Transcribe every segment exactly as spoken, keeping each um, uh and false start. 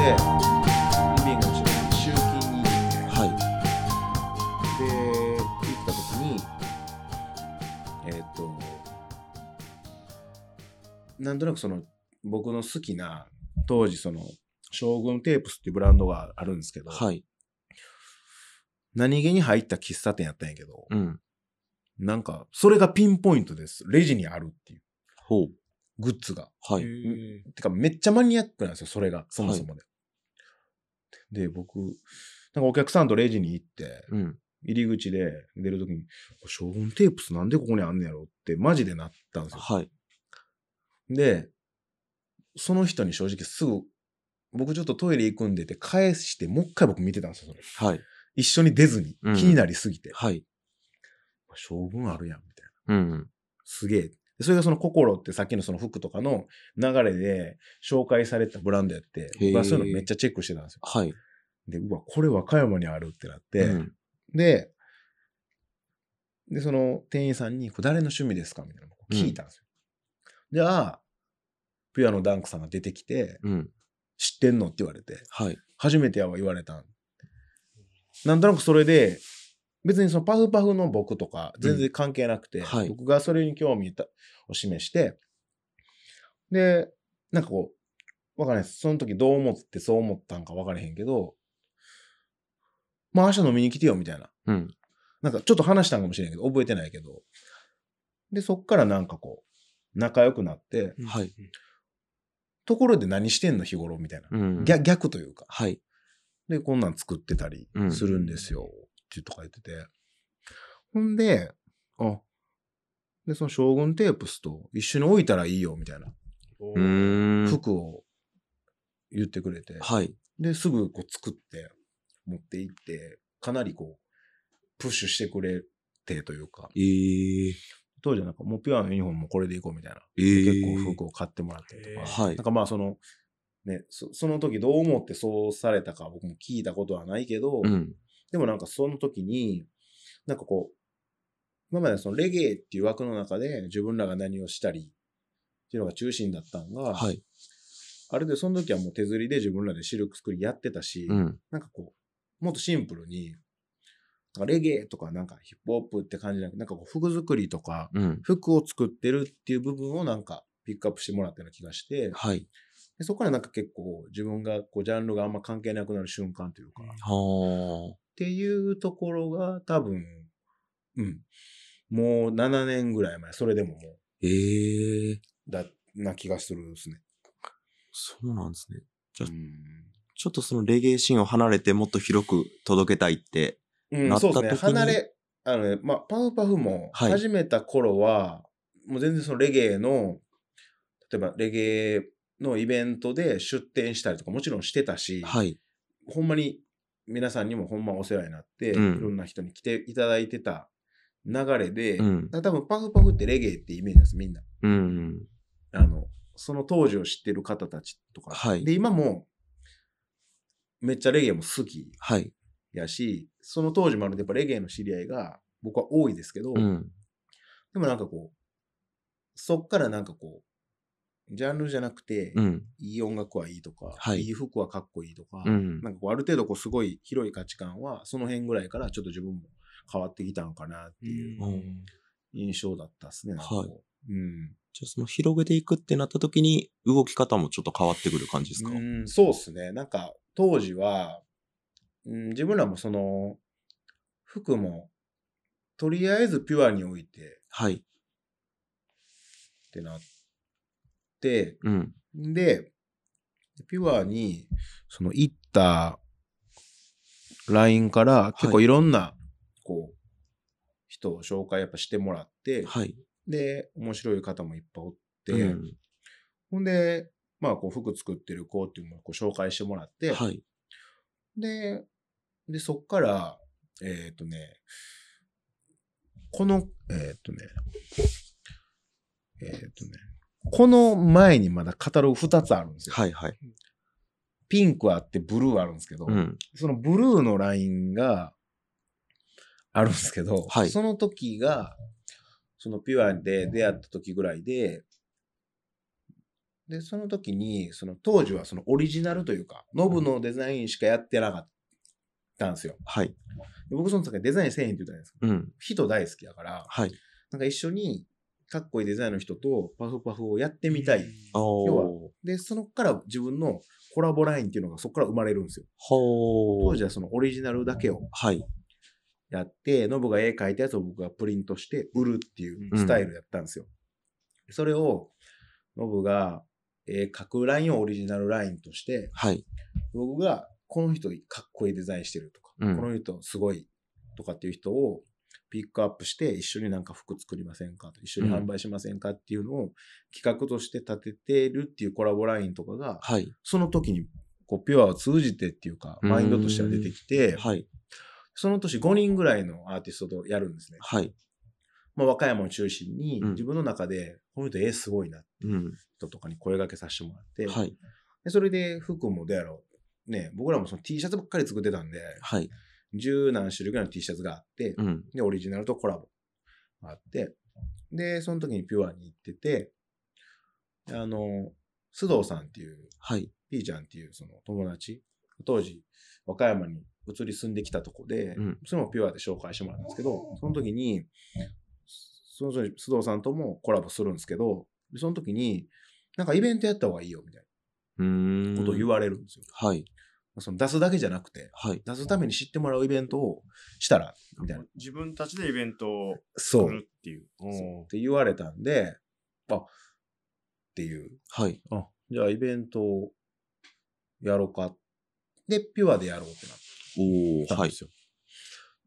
でリビングの後ろに集金に行って、 はい。 で行った時にえー、っとなんとなくその僕の好きな当時その将軍テープスっていうブランドがあるんですけど、 はい。 何気に入った喫茶店やったんやけど、 うん。 なんかそれがピンポイントです。レジにあるっていうほう。 グッズが。 はい。 てかめっちゃマニアックなんですよ、それがそもそもで。はい、で僕なんかお客さんとレジに行って、うん、入り口で出るときに将軍テープスなんでここにあんねやろってマジでなったんですよ。 はい。 でその人に正直すぐ僕ちょっとトイレ行くんでって返してもう一回僕見てたんですよ、それ。 はい。 一緒に出ずに、気になりすぎて。 うん、はい。 将軍あるやんみたいな。 うん。 すげえ。それがその心ってさっきのその服とかの流れで紹介されたブランドやって、僕はそういうのめっちゃチェックしてたんですよ。 はい。 で、うわ、これ和歌山にあるってなって、うん、で、で、その店員さんに、これ誰の趣味ですかみたいなのを聞いたんですよ。うん、じゃあ、ピュアのダンクさんが出てきて、うん、知ってんのって言われて、はい、初めてやわ言われたん。なんとなくそれで、別にそのパフパフの僕とか全然関係なくて、うん、はい、僕がそれに興味を示して、で、なんかこう、わかんないです。その時どう思ってそう思ったんかわからへんけど、まあ明日飲みに来てよみたいな。うん、なんかちょっと話したんかもしれんけど、覚えてないけど。で、そっからなんかこう、仲良くなって、はい、ところで何してんの日頃みたいな、うん、逆, 逆というか、はい、でこんなん作ってたりするんですよ、うん、ってとか言ってて、ほんであでその将軍テープスと一緒に置いたらいいよみたいな服を言ってくれて、はい、ですぐこう作って持って行ってかなりこうプッシュしてくれてというか、えー当時はなんかもうピュアのユニフォームもこれでいこうみたいな、えー、結構服を買ってもらったりとか、はい、なんかまあそのねそ、その時どう思ってそうされたか僕も聞いたことはないけど、うん、でもなんかその時になんかこう今までそのレゲエっていう枠の中で自分らが何をしたりっていうのが中心だったのが、はい、あれでその時はもう手刷りで自分らでシルク作りやってたし、うん、なんかこうもっとシンプルにレゲエとかなんかヒップホップって感じじゃなくて、なんかこう服作りとか、うん、服を作ってるっていう部分をなんかピックアップしてもらったような気がして、はい、でそこからなんか結構自分がこうジャンルがあんま関係なくなる瞬間というか、はっていうところが多分、うん、もうななねんぐらい前、それでももう、えー、だな気がするですね。 そうなんですね。じゃあ、うん、ちょっとそのレゲエシーンを離れてもっと広く届けたいってうん、そうですね。離れ、あのね、まあ、パフパフも始めた頃は、はい、もう全然そのレゲエの、例えばレゲエのイベントで出展したりとかもちろんしてたし、はい、ほんまに皆さんにもほんまお世話になって、うん、いろんな人に来ていただいてた流れで、うん、多分パフパフってレゲエってイメージです、みんな。うん、あの、その当時を知ってる方たちとか。はい、で、今もめっちゃレゲエも好き。はいやし、その当時もあるんでやっぱレゲエの知り合いが僕は多いですけど、うん、でもなんかこう、そっからなんかこう、ジャンルじゃなくて、うん、いい音楽はいいとか、はい、いい服はかっこいいとか、うん、なんかこうある程度こうすごい広い価値観はその辺ぐらいからちょっと自分も変わってきたのかなっていう印象だったですね。はい。うん。 じゃあその広げていくってなった時に動き方もちょっと変わってくる感じですか？ うん、そうですね。なんか当時は、うん、自分らもその服もとりあえずピュアに置いて、はい。ってなって、うん、で、ピュアにその行ったラインから結構いろんな、はい、こう人を紹介やっぱしてもらって、はい、で面白い方もいっぱいおって、うん、ほんでまあこう服作ってる子っていうのをこう紹介してもらって、はい、ででそっからえっとねこのえっとねえっとねこの前にまだカタログふたつあるんですよ。はいはい。ピンクあってブルーあるんですけど、うん、そのブルーのラインがあるんですけど、はい、その時がそのピュアで出会った時ぐらいで、 で、その時に、その当時はそのオリジナルというか、ノブのデザインしかやってなかったんですよ。 はい。 で僕その時デザインせえへんって言ったじゃないですか。 うん。 人大好きだから、 はい。 なんか一緒にかっこいいデザインの人とパフパフをやってみたい。 お要は、で、そのから自分のコラボラインっていうのがそこから生まれるんですよ。 ほー。 当時はそのオリジナルだけをはい。 やって、ノブが絵描いたやつを僕がプリントして売るっていうスタイルやったんですよ。うん、それを、ノブが絵描くラインをオリジナルラインとして、 はい。 僕がこの人かっこいいデザインしてるとか、うん、この人すごいとかっていう人をピックアップして一緒になんか服作りませんかと、一緒に販売しませんかっていうのを企画として立ててるっていうコラボラインとかが、はい、その時にこうピュアを通じてっていうか、マインドとしては出てきて、はい、その年ごにんぐらいのアーティストとやるんですね。はい。まあ、和歌山を中心に自分の中で、この人絵すごいなっていう人とかに声掛けさせてもらって、はい、でそれで服もどうやろう。ね、僕らもその T シャツばっかり作ってたんで、はい。十何種類ぐらいの T シャツがあって、うん、で、オリジナルとコラボがあって、で、その時にピュアに行ってて、あの、須藤さんっていう、はい。ピーちゃんっていうその友達、当時、和歌山に移り住んできたとこで、うん、それもピュアで紹介してもらったんですけど、その時に、その須藤さんともコラボするんですけど、その時に、なんかイベントやった方がいいよ、みたいなことを言われるんですよ。はい。その出すだけじゃなくて、はい、出すために知ってもらうイベントをしたら、みたいな。 自分たちでイベントを作るっていう。 そう。そうって言われたんで、あ、っていう。はい。あ、じゃあイベントをやろうか。で、ピュアでやろうってなったんですよ。はい、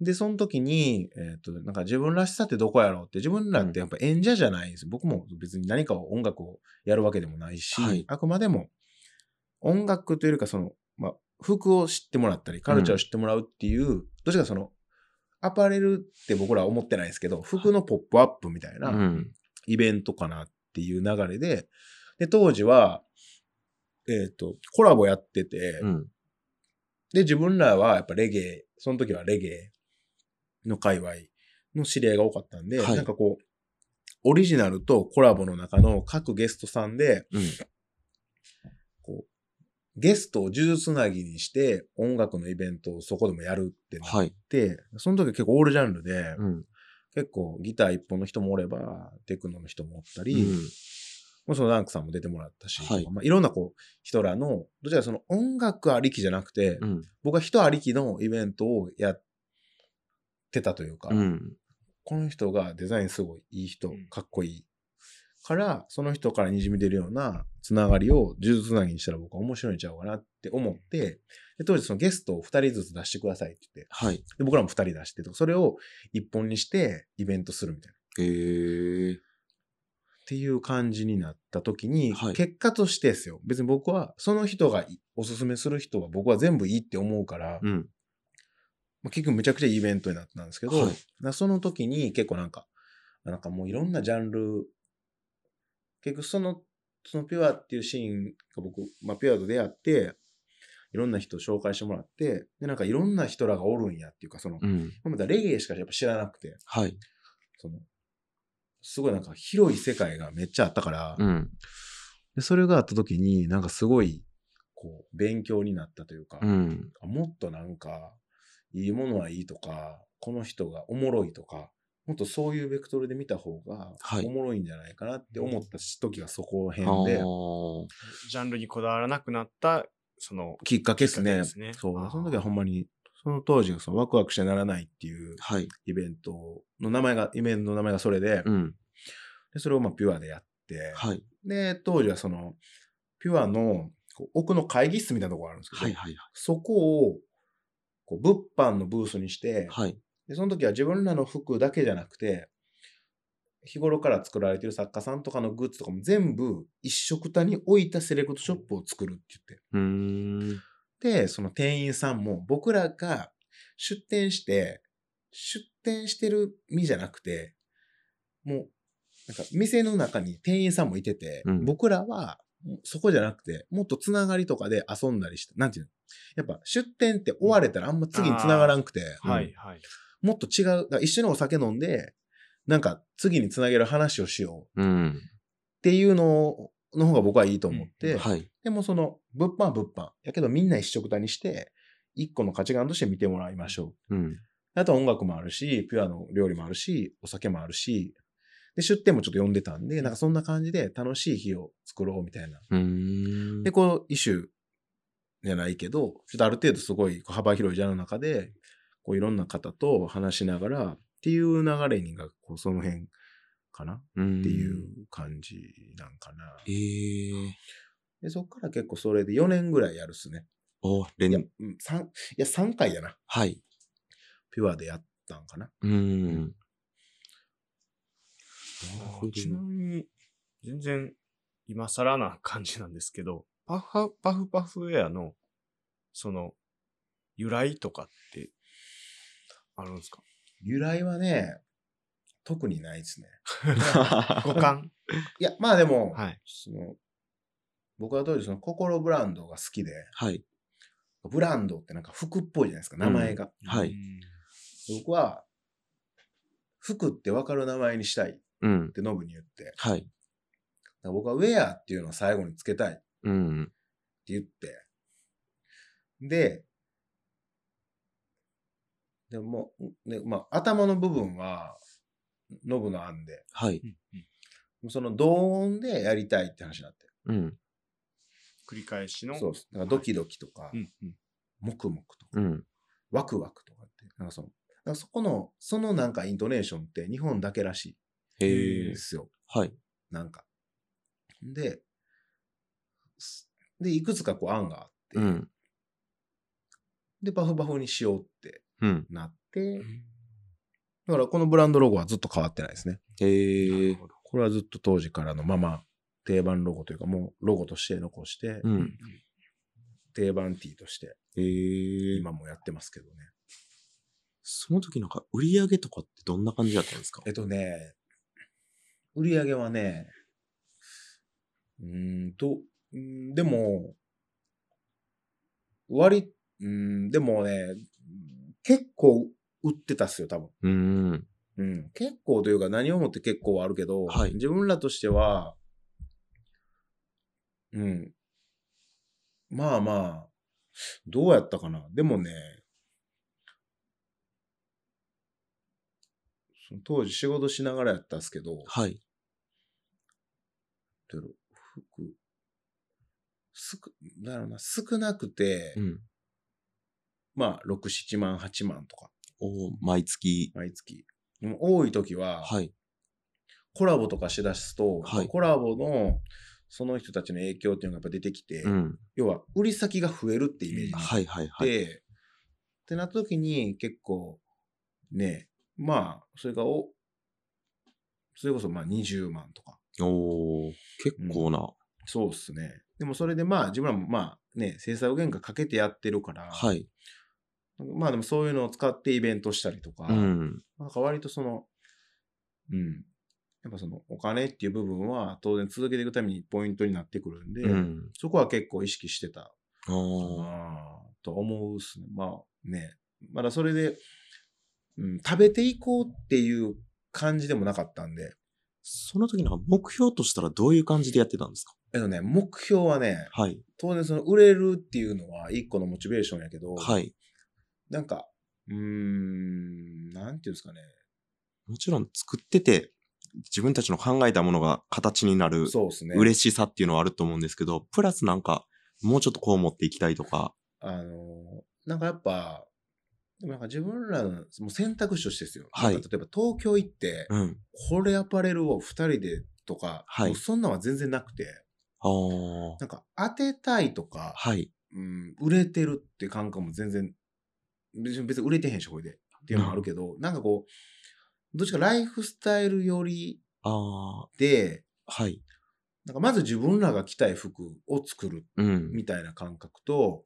で、その時に、えっと、なんか自分らしさってどこやろうって、自分らってやっぱ演者じゃないんですよ。僕も別に何かを音楽をやるわけでもないし、はい、あくまでも音楽というかその、まあ、服を知ってもらったり、カルチャーを知ってもらうっていう、うん、どっちかその、アパレルって僕らは思ってないですけど、服のポップアップみたいなイベントかなっていう流れで、で、当時は、えっと、コラボやってて、うん、で、自分らはやっぱレゲエ、その時はレゲエの界隈の知り合いが多かったんで、はい、なんかこう、オリジナルとコラボの中の各ゲストさんで、うん、こう、ゲストを呪術つなぎにして音楽のイベントをそこでもやるってなって、はい、その時は結構オールジャンルで、うん、結構ギター一本の人もおれば、テクノの人もおったり、うん、もうそのダンクさんも出てもらったし、はいまあ、いろんなこう人らの、どちらかその音楽ありきじゃなくて、うん、僕は人ありきのイベントをやってたというか、うん、この人がデザインすごいいい人、かっこいい。から、その人からにじみ出るようなつながりを呪術つなぎにしたら僕は面白いんちゃうかなって思って、で当時そのゲストをふたりずつ出してくださいって言って、はい、で僕らもふたり出してと、それを一本にしてイベントするみたいな。へー。っていう感じになった時に、はい、結果としてですよ。別に僕はその人がおすすめする人は僕は全部いいって思うから、うんまあ、結局めちゃくちゃいいイベントになったんですけど、はい、その時に結構なんか、なんかもういろんなジャンル、結局その、そのピュアっていうシーンが僕、まあピュアと出会って、いろんな人を紹介してもらって、で、なんかいろんな人らがおるんやっていうか、その、うん、まだレゲエしかやっぱ知らなくて、はい。その、すごいなんか広い世界がめっちゃあったから、うん、でそれがあった時になんかすごい、こう、勉強になったというか、うん、もっとなんか、いいものはいいとか、この人がおもろいとか、もっとそういうベクトルで見た方がおもろいんじゃないかなって思った時がそこら辺で、 はい、ジャンルにこだわらなくなったそのきっかけですね。ですねそう、その時はほんまにその当時そのワクワクしてならないっていうイベントの名前が、イベントの名前がそれで、うん、でそれをまあピュアでやって、はい、で当時はそのピュアの奥の会議室みたいなところがあるんですけど、はいはいはい、そこをこう物販のブースにして、はい、でその時は自分らの服だけじゃなくて、日頃から作られている作家さんとかのグッズとかも全部一緒くたに置いたセレクトショップを作るって言って。うーんで、その店員さんも僕らが出店して、出店してる身じゃなくて、もう、なんか店の中に店員さんもいてて、うん、僕らはそこじゃなくて、もっとつながりとかで遊んだりして、なんていうのやっぱ出店って終われたらあんま次につながらんくて、うん、はいはい、もっと違う、一緒にお酒飲んで、なんか次につなげる話をしようっていうのの方が僕はいいと思って、 はい。 でもその、物販は物販。やけどみんな一緒くたにして、一個の価値観として見てもらいましょう。 うん。 あとは音楽もあるし、ピュアの料理もあるし、お酒もあるし、で、出店もちょっと呼んでたんで、なんかそんな感じで楽しい日を作ろうみたいな。 うーん。 で、こう、一種じゃないけど、ちょっとある程度すごい幅広いジャンルの中で、こういろんな方と話しながらっていう流れにが、こうその辺かなっていう感じなんかな。 えー、 で、そっから結構それでよねんぐらいやるっすね。 お、 いや、 連、 うん、さん、いや、さんかいやな。 はい。 ピュアでやったんかな。 うーん。 ちなみに、全然今更な感じなんですけど、パフパフパフウェアの、その、由来とかってあるんですか？ 由来はね、特にないですね。 五感いや、まあでも、 はい。 その、僕は当時その心ブランドが好きで、 はい。 ブランドってなんか服っぽいじゃないですか、名前が。 うんはいうん僕は、服って分かる名前にしたいっうん。 てノブに言って、だかはい。 ら僕はウェアっていうのを最後につけたいってうん。 言って、で、でも、ね、まあ、頭の部分は、ノブの案で、 はい。 うんうんその同音でやりたいって話になって。 うん。 繰り返しの。 そうです。だからドキドキとか、 うんうんもくもくとか、 うん。 ワクワクとかって、なんかその、だからそこの、そのなんかイントネーションって日本だけらしいへえんで。すよ。 はい。 なんか。で、すで、いくつかこう案があって、 うん。 で、パフパフにしようってうん。 なって、だからこのブランドロゴはずっと変わってないですね。 へえ。 これはずっと当時からのまま定番ロゴというかもうロゴとして残して、 うん。 定番 T としてへえ。 今もやってますけどね。 その時なんか売り上げとかってどんな感じだったんですか？ えっとね、売り上げはね、うーんと、うーんでも、割、うーん、でもね、結構売ってたっすよ、多分。 うーん。 うん。結構というか何をもって結構はあるけど、 はい自分らとしては、うん。まあまあ、どうやったかな。でもね、その当時仕事しながらやったんですけど、 はい。 てろ服、すく、だろうな、少なくて、 うん。 まあ、ろく、ななまん、はちまんとか、 お毎月。 毎月。でも多い時は、 はい。 コラボとかしだすと、 はいコラボのその人たちの影響っていうのがやっぱ出てきて、 うん。 要は売り先が増えるってイメージになって、 はいはいはい。 ってなった時に結構ね、まあ、それがお、それこそまあにじゅうまんとか。 おー、結構な。 そうっすね。でもそれでまあ自分らもまあね、制裁原価かけてやってるから、 はい。 まあでもそういうのを使ってイベントしたりとか、 うん。 なんか割とその、うん。やっぱそのお金っていう部分は当然続けていくためにポイントになってくるんで、 うん。 そこは結構意識してたあかー。 なと思うっすね。まあね、まだそれで、うん、食べていこうっていう感じでもなかったんで、 その時なんか目標としたらどういう感じでやってたんですか？ えっとね、目標はね、 はい。 当然その売れるっていうのは一個のモチベーションやけど、 はい。 なんか、うーん、なんていうんですかね。 もちろん作ってて、自分たちの考えたものが形になるそうですね。 嬉しさっていうのはあると思うんですけど、プラスなんか、もうちょっとこう持っていきたいとか。 あの、なんかやっぱ、でもなんか自分らのもう選択肢としてですよ。 はいなんか例えば東京行って、 うん。 これアパレルを二人でとか、 はいもうそんなんは全然なくて、 ああ。 なんか当てたいとか、 はい。 うん、売れてるって感覚も全然、別に別に売れてへんし、これで。っていうのもあるけど、なんかこう、どっちかライフスタイル寄りああ。 で、 はい。 なんかまず自分らが着たい服を作るうん。 みたいな感覚と、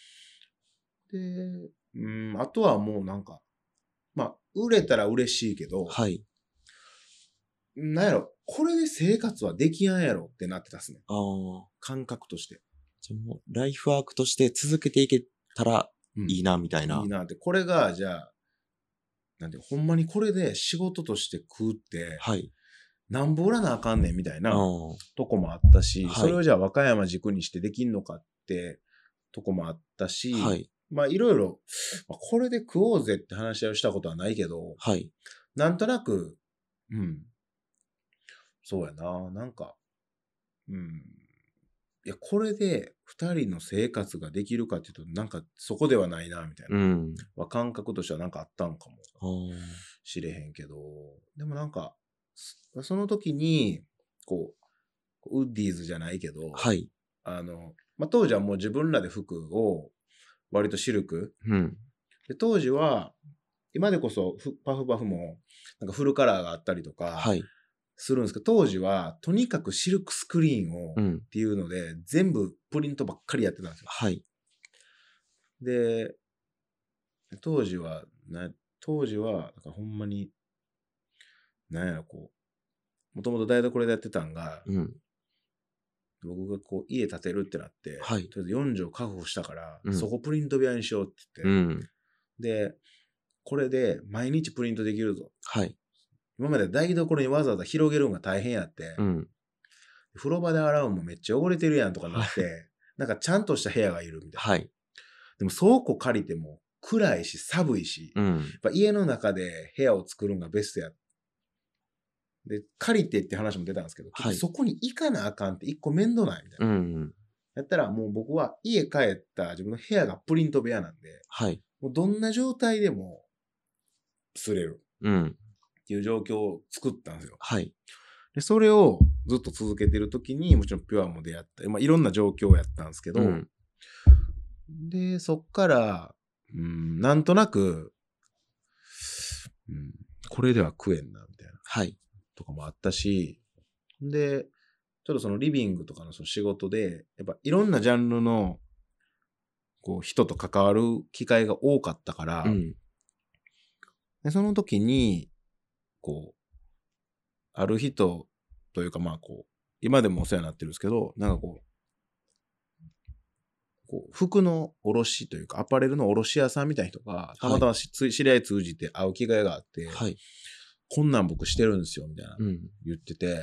で、うん、あとはもうなんか、まあ、売れたら嬉しいけど、 はい。 なんやろ、これで生活はできやんやろってなってたっすね。 ああ。 感覚として。 じゃあもう、ライフワークとして続けていけたらうんいいな、みたいな。 いいなって。これが、じゃあ、なんて、ほんまにこれで仕事として食うって、 はい。 なんぼ売らなあかんねんみたいなうんとこもあったし、 はいそれをじゃあ和歌山軸にしてできんのかってとこもあったし、 はい。 まあいろいろ、まあこれで食おうぜって話し合いをしたことはないけど、 はい。 なんとなく、うん。そうやな。なんか、うん。いや、これで二人の生活ができるかっていうと、なんかそこではないな、みたいな。 うん。 まあ、感覚としてはなんかあったんかもあーしれへんけど、でもなんか、そその時に、こう、ウッディーズじゃないけど、 はい。 あの、まあ、当時はもう自分らで服を割とシルク。 うん。 で当時は、今でこそフパフパフもなんかフルカラーがあったりとかはい。 するんですけど、当時はとにかくシルクスクリーンをっうん。 ていうので、全部プリントばっかりやってたんですよ。 はい。 で、当時は、な当時は、なんかほんまに、なんやろ、こう、もともと台所でやってたんが、 うん。 僕がこう家建てるってなって、 はいとりあえずよん畳確保したから、 うんそこプリント部屋にしようってう言って、 ん。 で、これで毎日プリントできるぞ。 はい。 今まで台所にわざわざ広げるのが大変やって、 うん。 風呂場で洗うのもめっちゃ汚れてるやんとかなって、 はなんかちゃんとした部屋がいるみたいな。 はい。 でも倉庫借りても暗いし寒いし、やっうん。 ぱ家の中で部屋を作るのがベストや。で、借りてって話も出たんですけど、 はいそこに行かなあかんって一個面倒ないみたいな。 うん。 やったらもう僕は家帰った自分の部屋がプリント部屋なんで、 はい。 もうどんな状態でも擦れるうん。 っていう状況を作ったんですよ。 はい。 で、それをずっと続けてるときに、もちろんピュアも出会った。まあ、いろんな状況をやったんですけど、 うん。 で、そっから、うん、なんとなく、うん、これでは食えんな、みたいな、 はい。 とかもあったし、で、ちょっとそのリビングとかのその仕事で、やっぱいろんなジャンルの、こう、人と関わる機会が多かったから、 うん。 でその時に、こう、ある人というか、まあこう、今でもお世話になってるんですけど、なんかこう、こう服の卸というか、アパレルの卸屋さんみたいな人が、たまたまし、つ知り合い通じて会う機会があって、 はい。 こんなん僕してるんですよ、みたいなうん。 言ってて、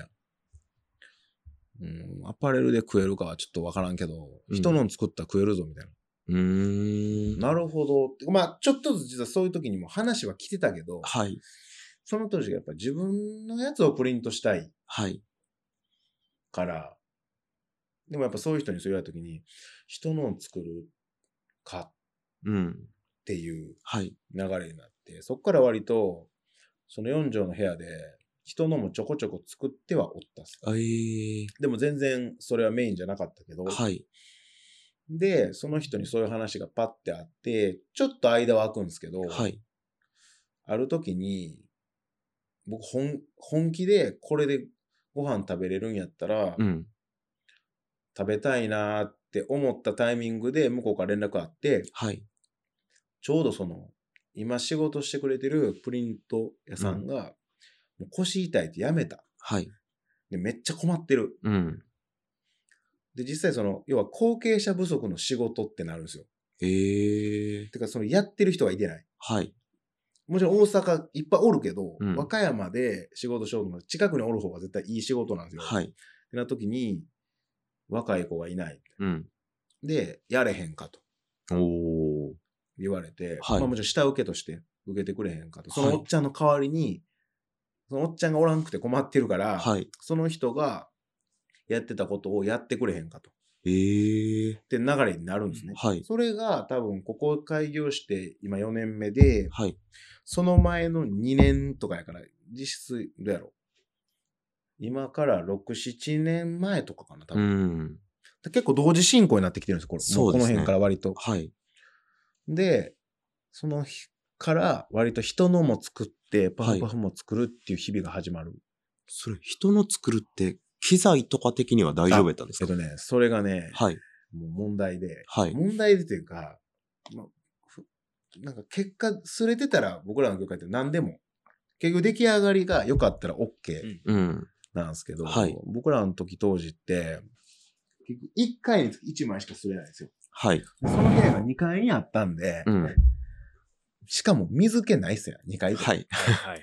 うん、アパレルで食えるかはちょっとわからんけど、 うん人の作ったら食えるぞ、みたいな。 うーん。 なるほど。まあ、ちょっとずつ実はそういう時にも話は来てたけど、 はい。 その当時やっぱ自分のやつをプリントしたいはい。 から、でもやっぱそういう人にそう言われた時に、人のを作るかっうん。 ていうはい。 流れになって、そっから割と、そのよん畳の部屋で、人のもちょこちょこ作ってはおったっす。 えー。 でも全然それはメインじゃなかったけど、 はい。 で、その人にそういう話がパッてあって、ちょっと間は空くんですけど、 はい。 ある時に、僕本、本気でこれでご飯食べれるんやったら、 うん。 食べたいなーって思ったタイミングで向こうから連絡あって、 はい。 ちょうどその、今仕事してくれてるプリント屋さんが、もう腰痛いって辞めた。 はい。 で、めっちゃ困ってる。 うん。 で、実際その、要は後継者不足の仕事ってなるんですよ。 えー。 てか、そのやってる人がいてない。 はい。 もちろん大阪いっぱいおるけど、 うん和歌山で仕事しようと思ったら近くにおる方が絶対いい仕事なんですよ。 はい。 ってな時に、若い子がいない。 うん。 で、やれへんかとおー。 言われて、 はいまあもちろん下請けとして受けてくれへんかと。そのはいおっちゃんの代わりに、そのおっちゃんがおらんくて困ってるから、 はい。 その人がやってたことをやってくれへんかと。 えー。 って流れになるんですね。 はい。 それが多分ここ開業して今よねんめで、 はい。 その前のにねんとかやから、実質どうやろう。今からろく、ななねんまえとかかな、多う分。 ん。 結構同時進行になってきてるんですよ、これ。 そうですねもうこの辺から割と。 はい。 で、その日から割と人のも作って、パフパフも作るっていう日々が始まる。 それ、人の作るって、機材とか的には大丈夫やったんですか？ えっとね、それがね、 はい。 もう問題で、 はい。 問題でというか、まあふなんか結果、すれてたら僕らの業界って何でも、結局出来上がりが良かったら OK うん。 なんですけど、 はい僕らの時当時って、結局いっかいにつきいちまいしかすれないんですよ。 はい。 その部屋がにかいにあったんで、 うん。 しかも水気ないっすよ、にかいで。 はい。 はいはいはい。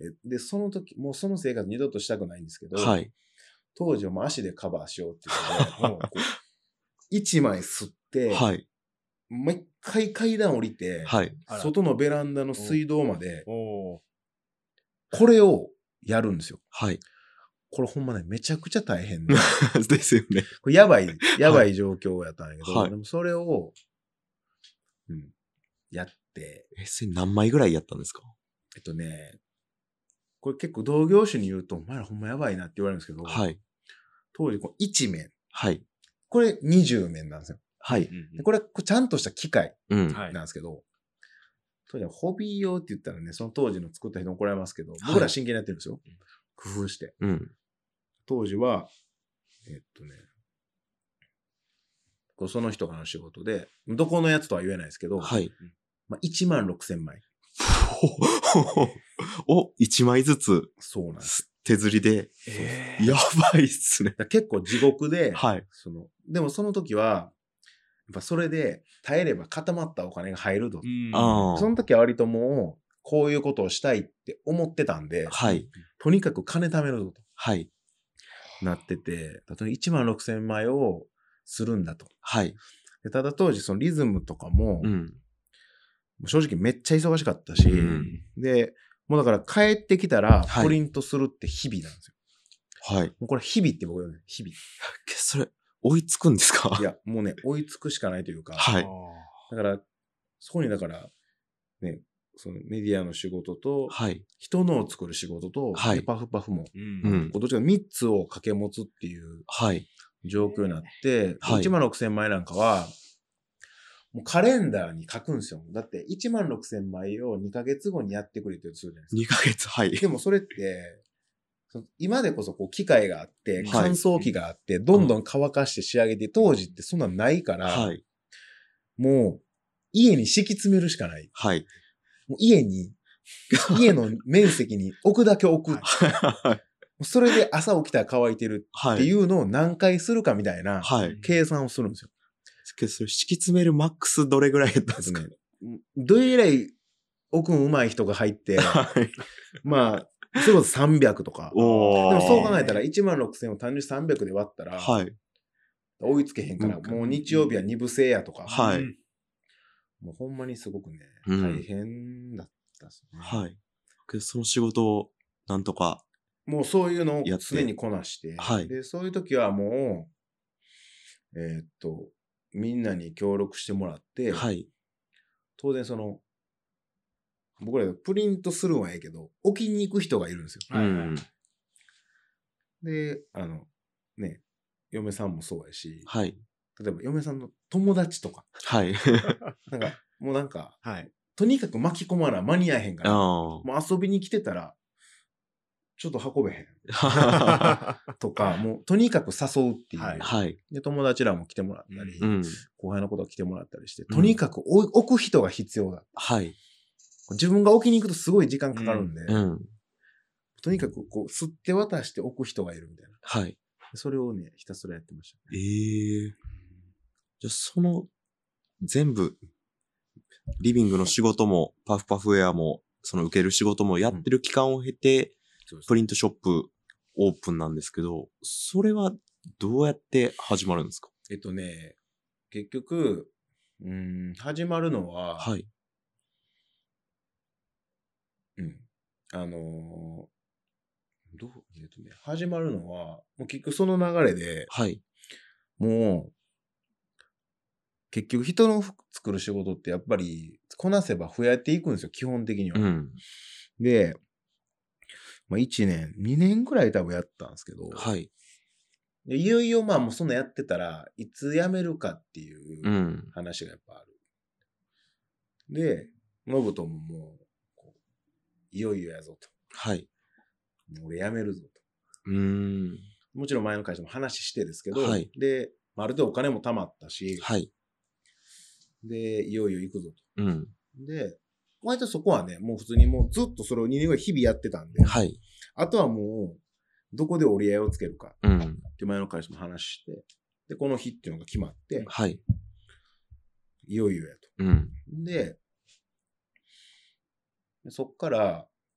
で、その時、もうその生活二度としたくないんですけど、 はい。 当時はもう足でカバーしようっていうことで、もうこう一枚吸って、 はい。 もう一回階段降りて、 はい。 外のベランダの水道まで、 おーこれをやるんですよ。 はい。 これほんまね、めちゃくちゃ大変で。 ですよね。 これやばい、やばい状況やったんやけど、 はいでもそれを、うん、やって、 え、それ何枚ぐらいやったんですか？ えっとね、これ結構同業種に言うと、お前らほんまやばいなって言われるんですけど、 はい。 当時こういち面、 はい。 これにじゅう面なんですよ。 はい。 でこれ、これちゃんとした機械うん。 はいなんですけど、当時はホビー用って言ったらね、その当時の作った人に怒られますけど、僕ら真剣にやってるんですよ。工夫して。 うん。 当時は、えっとね、こうその人からの仕事で、どこのやつとは言えないですけど、 はい。 まあ、いちまんろくせんまい。 お、いちまいずつそうなんです。 手釣りで。 えやばいっすね。 だから結構地獄で、 はい。 その、でもその時は、やっぱそれで耐えれば固まったお金が入ると。 うんああ。 その時は割ともう、こういうことをしたいって思ってたんで、 はい。 とにかく金貯めるぞとはい。 なってて、例えばいちまんろくせんまいをするんだと。 はい。 でただ当時そのリズムとかも、 うん。 正直めっちゃ忙しかったし、 うんで、もうだから帰ってきたらはいプリントするって日々なんですよ。 はい。 もうこれ日々って僕言うね、日々。 けそれ、追いつくんですか？ いや、もうね、追いつくしかないというか、 はい。 だから、そこにだから、ね、そのメディアの仕事と、 はい。 人のを作る仕事と、 はいでパフパフも、 うんうんこうどっちかみっつを掛け持つっていうはい。 状況になって、 はいいちまんろくせんまいなんかは、もうカレンダーに書くんですよ。だっていちまんろくせんまいをにかげつごにやってくれって言うとするじゃないですか。 にかげつ、はい。 でもそれって、その今でこそこう機械があって、 はい乾燥機があって、どんどん乾かして仕上げて、当時ってそんなんないから、 はい。 もう家に敷き詰めるしかない。 はい。 もう家に、家の面積に置くだけ置く。 はい。 それで朝起きたら乾いてるはい。 っていうのを何回するかみたいなはい。 計算をするんですよ。 けどそれ敷き詰めるマックスどれぐらいやったんですか？ えっとね、どれぐらい置くん上手い人が入って、 はい。 まあ、それこそさんびゃくとか。 おー。 でもそう考えたらいちまんろくせんを単純にさんびゃくで割ったら、 はい。 追いつけへんから、 うんもう日曜日は二部制やとか、 はいうんもうほんまにすごくね、 うん大変だったですね。 はい。けどその仕事をなんとか、 もうそういうのをやって常にこなして、 はいで、そういう時はもう、えーっと、みんなに協力してもらって、 はい。 当然その、僕らプリントするんはええけど、置きに行く人がいるんですよ。 はいうん。 で、あの、ね、嫁さんもそうやし、 はい。 例えば嫁さんの友達とか、 はい。 なんか、もうなんか、 はい。 とにかく巻き込まな間に合えへんから、 あもう遊びに来てたら、ちょっと運べへんあ。 とか、もうとにかく誘うっていう。 はいはい。 で、友達らも来てもらったり、 うん。 後輩のことが来てもらったりして、 うんとにかく置置く人が必要だ。 はい。 自分が置きに行くとすごい時間かかるんで、 うん。 とにかくこう、吸って渡して置く人がいるみたいな。 はい。 それをね、ひたすらやってましたえね。 えじゃあその、全部、リビングの仕事も、パフパフウェアも、その受ける仕事もやってる期間を経て、 そうですプリントショップオープンなんですけど、それはどうやって始まるんですか？ えっとね、結局、うーん、始まるのは、 はい。 うん。あのーどう、えっとね、始まるのは、もう結局その流れで、 はい。 もう、結局人の服作る仕事ってやっぱり、こなせば増えていくんですよ、基本的には。 うん。 で、まあいちねん、にねんくらい多分やったんですけど、 はい。 でいよいよまあもうそんなやってたらいつ辞めるかっていううん。 話がやっぱある。で、ノブとももう、こういよいよやぞと。 はい。 もう俺辞めるぞと。 うーん。 もちろん前の会社も話してですけど、 はいで、まあある程度お金も貯まったし、 はい。 で、いよいよ行くぞうん。 と。で、割とそこはね、もう普通にもうずっとそれをにねんぐらい日々やってたんで、 はい。 あとはもう、どこで折り合いをつけるかうん。 って前の会社も話して、で、この日っていうのが決まって、 はい。 いよいよやと。 うん。 で、そっから、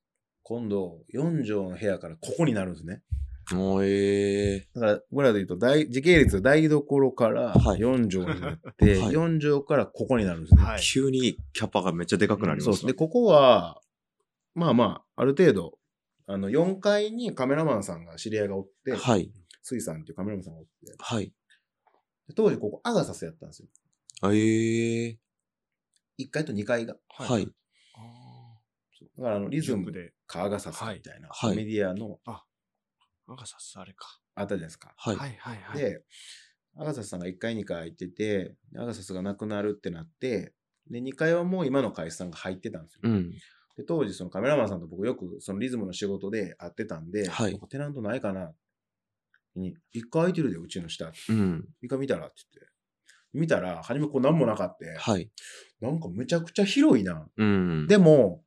今度よん畳の部屋からここになるんですね。 おーえだから、僕らで言うと大、時系列台所からはいよん畳になって、 はいよん畳からここになるんですね。 はい。 急にキャパがめっちゃでかくなりそうです。 ますね。 で、ここは、まあまあ、ある程度、あの、よんかいにカメラマンさんが知り合いがおって、 はい。 水さんっていうカメラマンさんがおって、 はい。 で当時ここアガサスやったんですよ。 えー、 いっかいとにかいが。 はい。 あだからあの、リズム塾で。 かアガサスみたいな、 はいコメディアのなんかさすあれか。 あったじゃないですか。 はい。 はいはいはい。 で、アガサスさんがいっかいにかい入ってて、アガサスがなくなるってなって、で、にかいはもう今の会社さんが入ってたんですよ。 うん。 で、当時そのカメラマンさんと僕よくそのリズムの仕事で会ってたんで、 はいなんかテナントないかなに、いっかい空いてるで、うちの下。 うん。 いっかい見たらって言って。見たら、初めこう何もなかった。 はい。 なんかめちゃくちゃ広いな。 うん。 でも、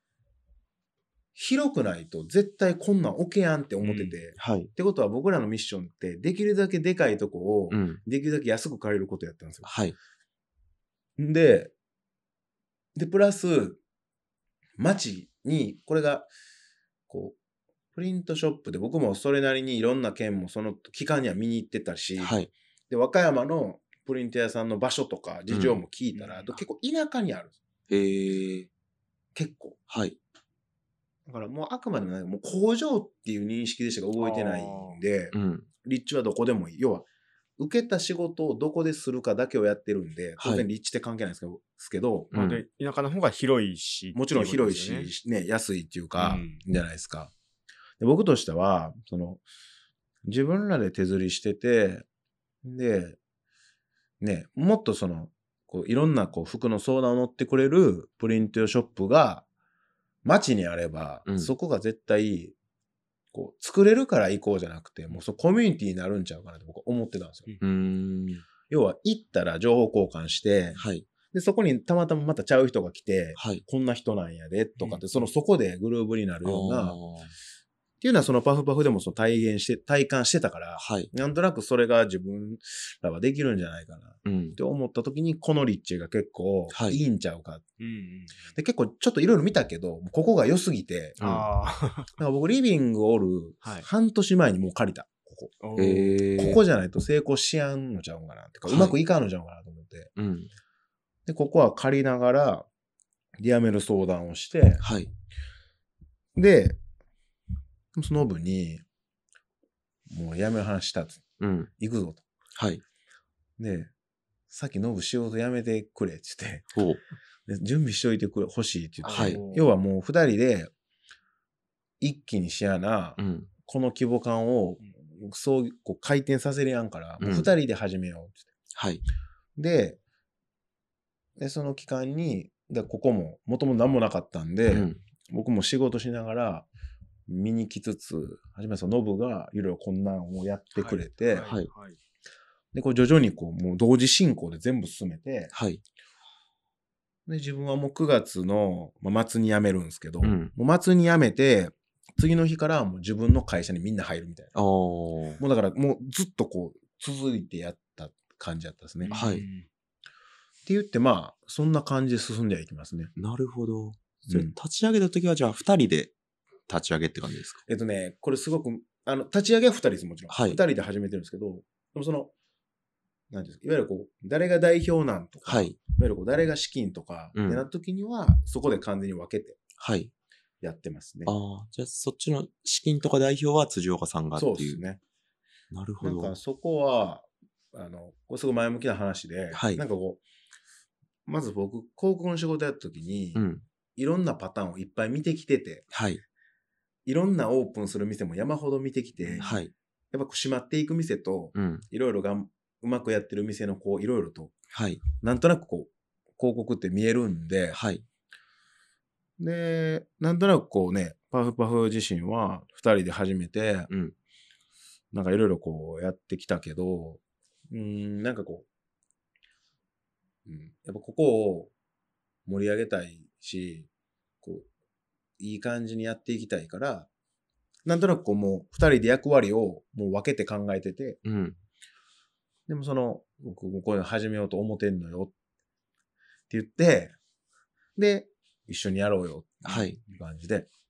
広くないと絶対こんなん置けやんって思ってて。 はい。 ってことは僕らのミッションって、できるだけでかいとこをう、ん。 できるだけ安く借りることやったんですよ。 はい。 で、で、プラス、街に、これが、こう、プリントショップで僕もそれなりにいろんな県もその期間には見に行ってたし、 はい。 で、和歌山のプリント屋さんの場所とか事情も聞いたら、 うんあと結構田舎にある。 えー、 結構。 はい。 だからもうあくまでもなんかもう工場っていう認識でしか動いてないんで、 うん。 立地はどこでもいい。要は、受けた仕事をどこでするかだけをやってるんで、当然立地って関係ないですけど、ですけどうんまあで、田舎の方が広いし。 もちろん広いってうことですし、ね、安いっていうか、 うんじゃないですか。で僕としては、その、自分らで手釣りしてて、で、ね、もっとその、こういろんなこう服の相談を乗ってくれるプリント用ショップが街にあれば、 うんそこが絶対、こう、作れるから行こうじゃなくて、もうそのコミュニティになるんちゃうかなって僕は思ってたんですよ。 うーん。 要は行ったら情報交換して、 はい。 で、そこにたまたままたちゃう人が来て、 はい。 こんな人なんやで、とかって、 うんそのそこでグルーブになるような、 あっていうのはそのパフパフでもその体現して、体感してたから、 ーはい。 なんとなくそれが自分らはできるんじゃないかなっうん。 て思った時に、この立地が結構はいいいんちゃうか。 うんうん。 で、結構ちょっといろいろ見たけど、ここが良すぎて、 うんあだから僕リビングおるはい半年前にもう借りた。ここ。 あ。 えー。 ここじゃないと成功しやんのちゃうんかなってか、 はいうまくいかんのちゃうんかなと思って。 うん。 で、ここは借りながら、辞める相談をして、 はい。 で、その部に、もう辞める話したと。 うん。 行くぞと。 はい。 で、さっきノブ仕事辞めてくれって言って、 ほう。 で準備しといてくれ、欲しいって言って、 はい要はもう二人で、一気にしやな、 うん。 この規模感を、そう、こう回転させれやんから、もう二人で始めようってはい。 言って。で、で、その期間に、でここも、もともと何もなかったんで、 うん。 僕も仕事しながら、見に来つつ、はじめそのノブがいろいろこんなんをやってくれて、 はいはい。 で、こう徐々にこう、もう同時進行で全部進めて、 はい。 で、自分はもうくがつの、まあ、末に辞めるんですけど、 うんもう末に辞めて、次の日からはもう自分の会社にみんな入るみたいな。 あー。 もうだからもうずっとこう、続いてやった感じだったですね。っはいうんて言って、まあ、そんな感じで進んではいきますね。 なるほど。 うん立ち上げたときは、じゃあ、二人で立ち上げって感じですか？ えっとね、これすごく、あの、立ち上げはふたりです、もちろん。 はいふたりで始めてるんですけど、でもその、なんていうんですか、いわゆるこう、誰が代表なんとか、 はい。 いわゆるこう誰が資金とか、 うんってなった時には、そこで完全に分けてはい。 やってますね。 ああ、じゃあ、そっちの資金とか代表は辻岡さんがっていう。 そうですね。 なるほど。 なんかそこは、あの、これすごい前向きな話で、 はいなんかこう、まず僕、広告の仕事やった時に、 うん。 いろんなパターンをいっぱい見てきてて、 はい。 いろんなオープンする店も山ほど見てきて、 はい。 やっぱこう閉まっていく店と、 うん。 いろいろがんうまくやってる店のこう、いろいろと、 はい。 なんとなくこう、広告って見えるんで、 はい。 で、なんとなくこうね、パフパフ自身は二人で始めて、 うん。 なんかいろいろこうやってきたけど、うーん、なんかこう、うん、やっぱここを盛り上げたいし、こう、いい感じにやっていきたいから、なんとなくこうもう二人で役割をもう分けて考えてて、 うん。 でもその、僕もこういうの始めようと思ってんのよって言って、で、一緒にやろうよってはいいう感じで、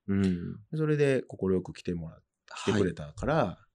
うん。 それで快く来てもらって、来てくれたから、はい、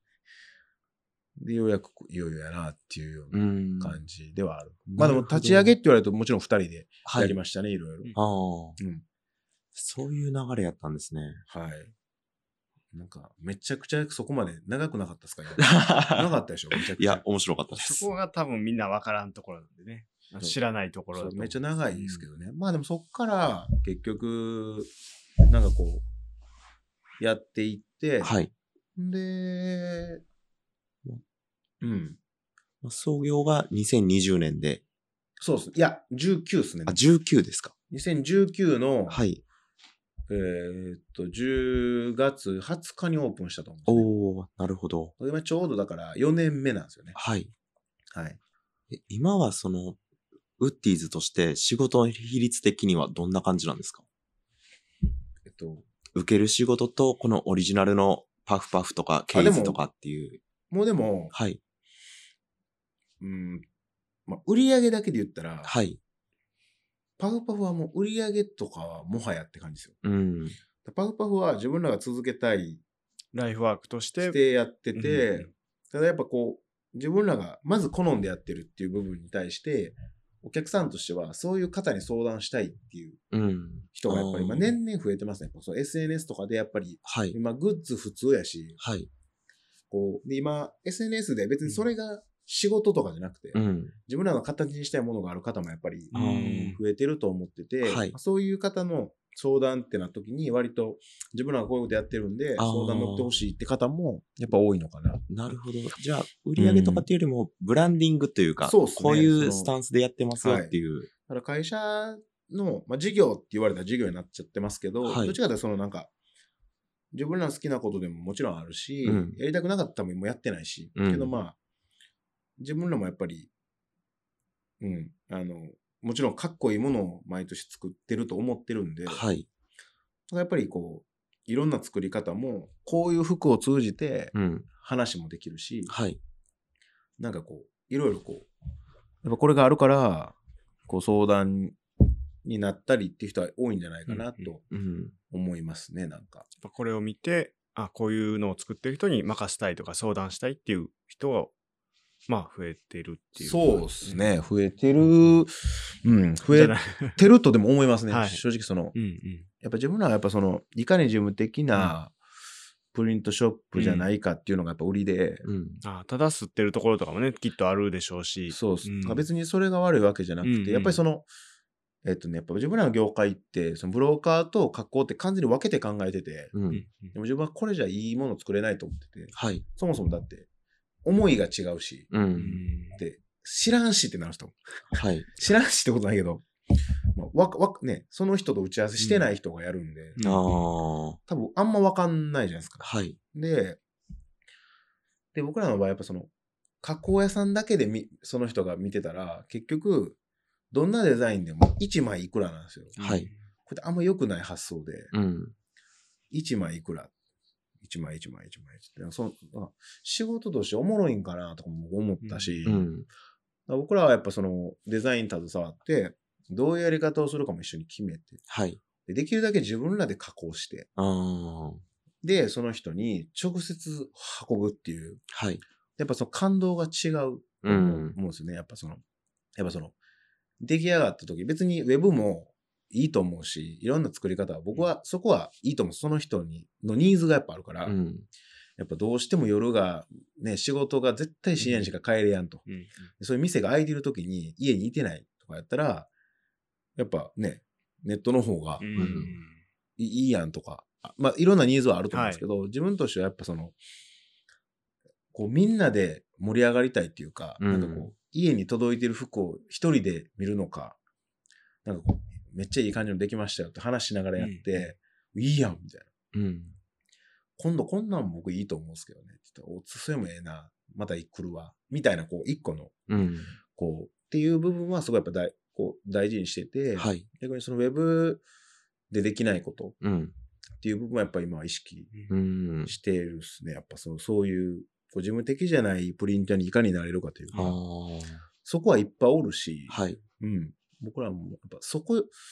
で、ようやくいよいよやなっていうような感じではある。うん、まあでも立ち上げって言われるともちろんふたりでやりましたね、はい、いろいろ。 ああ、うん。そういう流れやったんですね。 はい。なんか、めちゃくちゃそこまで長くなかったですか？なかったでしょ？めちゃくちゃ。 いや、面白かったです。 そこが多分みんなわからんところなんでね。知らないところだと。 めっちゃ長いですけどね。うん、まあでもそっから結局、なんかこう、やっていって、 はい。 で、うん。 創業がにせんにじゅうねんで。 そうです。いや、じゅうきゅうですね。 あ、じゅうきゅうですか。 にせんじゅうきゅうの、 はい。 えー、っと、じゅうがつはつかにオープンしたと思うんですね。 おー、なるほど。 今ちょうどだからよねんめなんですよね。 はい。 はい。 今はその、ウッディーズとして仕事の比率的にはどんな感じなんですか？ えっと、 受ける仕事とこのオリジナルのパフパフとかケイズとかっていう。 もうでも、 はい。 うん、まあ、売り上げだけで言ったら、 はい。 パフパフはもう売り上げとかはもはやって感じですよ。 うん。 パフパフは自分らが続けたいライフワークとしてしてやってて、 うん、 ただやっぱこう、自分らがまず好んでやってるっていう部分に対して、お客さんとしてはそういう方に相談したいっていう人がやっぱり今年々増えてますね。そう エスエヌエス とかでやっぱり、今グッズ普通やし、 はい、 こうで今 エスエヌエス で別にそれが仕事とかじゃなくて、うん、自分らの形にしたいものがある方もやっぱり増えてると思ってて、はい、そういう方の相談ってな時に割と自分らがこういうことやってるんで相談乗ってほしいって方もやっぱ多いのかな。 なるほど。じゃあ売り上げとかっていうよりもブランディングというか、うん、こういうスタンスでやってますよっていう。はい、 だから会社の、まあ、事業って言われたら事業になっちゃってますけど、はい、どっちかというとそのなんか自分らの好きなことでももちろんあるし、うん、やりたくなかったらもうやってないし、うん、けどまあ自分らもやっぱり、うん、あの、もちろんかっこいいものを毎年作ってると思ってるんで、はい。やっぱりこう、いろんな作り方も、こういう服を通じて話もできるし、うん、はい。なんかこう、いろいろこう、やっぱこれがあるから、こう相談になったりっていう人は多いんじゃないかなと思いますね、なんか。 やっぱこれを見て、あ、こういうのを作ってる人に任せたいとか相談したいっていう人が、まあ増えてるっていう、 ね。そうですね。増えてる。うん。増えてるとでも思いますね。はい、正直その、うんうん、やっぱ自分らはやっぱその、いかに事務的なプリントショップじゃないかっていうのがやっぱ売りで。 うんうん、あただ吸ってるところとかもね、きっとあるでしょうし。 そうです。うん、別にそれが悪いわけじゃなくて、うんうん、やっぱりその、えっとね、やっぱ自分らの業界って、そのブローカーと加工って完全に分けて考えてて、うん、でも自分はこれじゃいいもの作れないと思ってて、はい、そもそもだって、思いが違うし、うん、で、知らんしってなる人。はい。知らんしってことないけど、まあ、わ、わ、ね、その人と打ち合わせしてない人がやるんで、うん、あ多分あんまわかんないじゃないですか。はい。で、で、僕らの場合やっぱその、加工屋さんだけでみ、その人が見てたら、結局、どんなデザインでもいちまいいくらなんですよ。はい。これあんま良くない発想で、うん、いちまいいくら。いちまいいちまいいちまいってその仕事としておもろいんかなとかも思ったし、うん、僕らはやっぱそのデザイン携わってどういうやり方をするかも一緒に決めて、はい、で, できるだけ自分らで加工してあでその人に直接運ぶっていう、はい、やっぱその感動が違うと思うんですよね、うん、やっぱそのやっぱその出来上がった時別にウェブもいいと思うし、いろんな作り方は、僕はそこはいいと思う。その人に、のニーズがやっぱあるから、うん、やっぱどうしても夜が、ね、仕事が絶対深夜にしか帰れやんと。うんうん、そういう店が空いてる時に家にいてないとかやったら、やっぱね、ネットの方が、うん、いいやんとか、まあいろんなニーズはあると思うんですけど、はい、自分としてはやっぱその、こうみんなで盛り上がりたいっていうか、うん、なんかこう、家に届いてる服を一人で見るのか、なんかこう、めっちゃいい感じのできましたよって話しながらやって、うん、いいやんみたいな、うん。今度こんなん僕いいと思うんですけどね。って言ったら、おつそれもええな。また来るわ。みたいな、こう、一個の、うん、こう、っていう部分はすごいやっぱ大、こう大事にしてて、はい、逆にそのウェブでできないことっていう部分はやっぱり今は意識してるですね。やっぱそのそういう、こう事務的じゃないプリンターにいかになれるかというか、そこはいっぱいおるし、はい、うん。僕らもやっぱそこ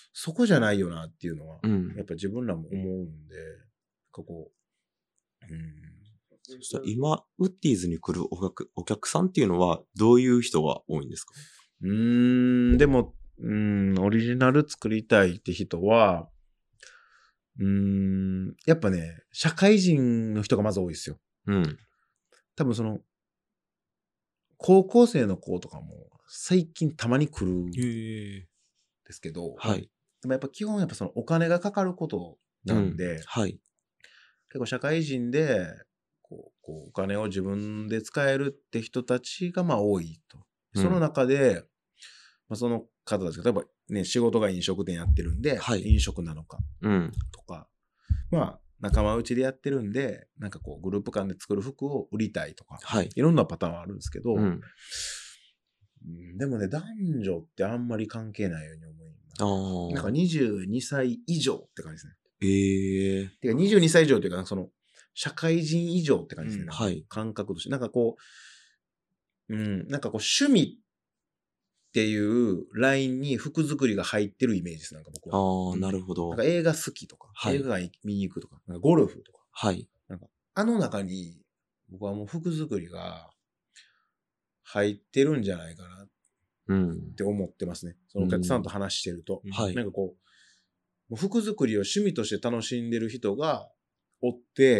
そこじゃないよなっていうのは、 うんやっぱ自分らも思うんで、ここ、うん。 そしたら今、ウッディーズに来るお客お客さんっていうのは、どういう人が多いんですか？ うーん、でも、うん、オリジナル作りたいって人は、うーん、やっぱね、社会人の人がまず多いですよ。 うん。 多分その、高校生の子とかも最近たまに来るんへえ。 ですけど、 はい。 でもやっぱ基本やっぱそのお金がかかることなんで、 うん、はい。 結構社会人でこうこうお金を自分で使えるって人たちがまあ多いと。その中で、まあ、その方たちが例えばね、仕事が飲食店やってるんで、 はい飲食なのかうん。 とか、まあ仲間内でやってるんで、なんかこうグループ間で作る服を売りたいとか、 はい。 いろんなパターンあるんですけど、 うん。 うんでもね、男女ってあんまり関係ないように思います。 ああ。 なんかにじゅうにさい以上って感じですね。 ええてかにじゅうにさい以上というか、その、社会人以上って感じですね。 うんなんかはい感覚として。なんかこう、うん、なんかこう、趣味っていうラインに服作りが入ってるイメージです、なんか僕は。 ああ、 うんなるほどなんか。映画好きとか、 はい映画館見に行くとか、なんかゴルフとか、 はい。 なんか、あの中に、僕はもう服作りが入ってるんじゃないかなっうん。 て思ってますね。そのお客さんと話してると。 うんはいなんかこう、もう服作りを趣味として楽しんでる人がおって、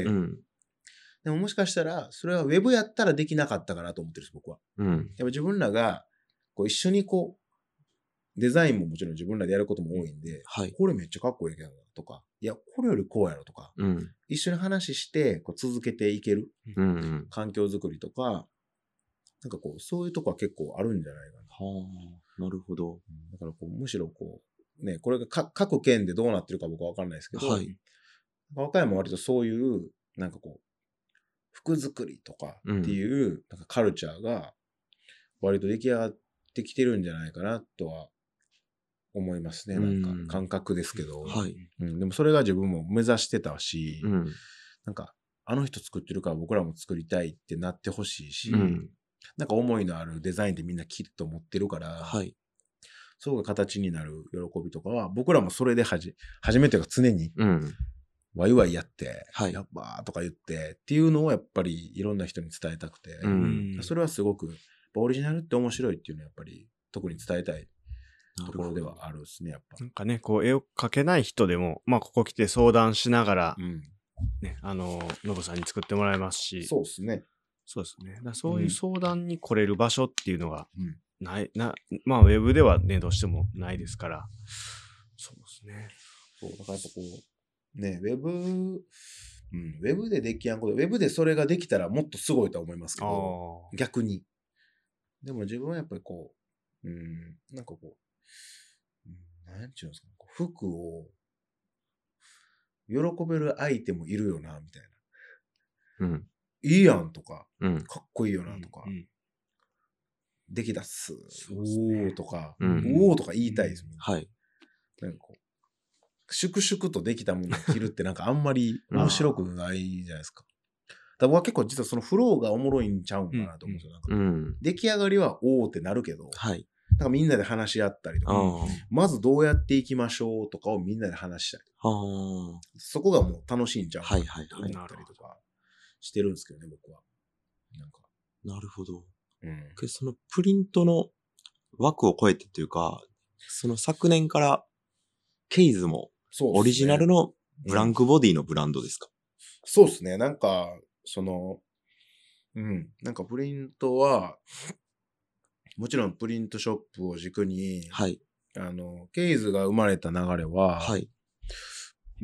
うん。 でももしかしたら、それはウェブやったらできなかったかなと思ってるんです、僕は。 うん。 やっぱ自分らが、こう一緒にこう、デザインももちろん自分らでやることも多いんで、 はい。 これめっちゃかっこいいけどなとか、いや、これよりこうやろとか、 うん。 一緒に話してこう続けていけるうん。うん。 環境づくりとか、なんかこう、そういうとこは結構あるんじゃないかな。 はあ、なるほど。 だからこう、むしろこう、ね、これがか各県でどうなってるか僕はわかんないですけど、 はい。 和歌山は割とそういう、なんかこう、服作りとかっていう、なんかカルチャーが割と出来上がってきてるんじゃないかなとは思いますね。なんか感覚ですけど。 はい。 うん、でもそれが自分も目指してたし、 うん。 なんかあの人作ってるから僕らも作りたいってなってほしいし、 うん。 なんか思いのあるデザインってみんなきっと持ってるから、 はい。 そこが形になる喜びとかは、僕らもそれではじ、初めてが常にうん。 ワイワイやって、 はいやっばーとか言ってっていうのをやっぱりいろんな人に伝えたくて、 うんそれはすごく、オリジナルって面白いっていうのはやっぱり特に伝えたいところではあるですね、やっぱ。 なんかね、こう、絵を描けない人でも、まあ、ここ来て相談しながら、 うん。 ね、あの、ノブさんに作ってもらいますし、 そうですね。 そうですね。だからそういう相談に来れる場所っていうのがうん。 ない、な、まあ、ウェブではね、どうしてもないですから、そうですね。 そう、だからやっぱこう、ね、ウェブ、うん、ウェブでできやんこと、ウェブでそれができたらもっとすごいとは思いますけど、 あ逆に。でも自分はやっぱりこう、うん、なんかこう、うん、なんちゅうんですかね、こう服を喜べるアイテムいるよな、みたいな。 うん。 いいやんとか、 うん。 かっこいいよあ。 なとか、 うんうんできたっす。 そうっすねおーとか、 うんおーとか言いたいですもん。 はい。 なんかこう、粛々とできたものを着るってなんかあんまり面白くないじゃないですか。だから僕は結構実はそのフローがおもろいんちゃうんかなと思うんですよ。なんかうん。 出来上がりはおーってなるけど、 はい。 だからみんなで話し合ったりとあか、まずどうやっていきましょうとかをみんなで話したり。 あ。ああ。 そこがもう楽しいんちゃうかなはいはいとはい思ったりとかしてるんですけどね、僕は。なんか。 なるほど。 うん。 けどそのプリントの枠を超えてというか、その昨年からケイズもそうっすねオリジナルのブランクボディのブランドですか？ そうですね。なんか、その、うん。なんかプリントは、もちろんプリントショップを軸に、 はい。 あの、ケイズが生まれた流れは、 はい。 うん、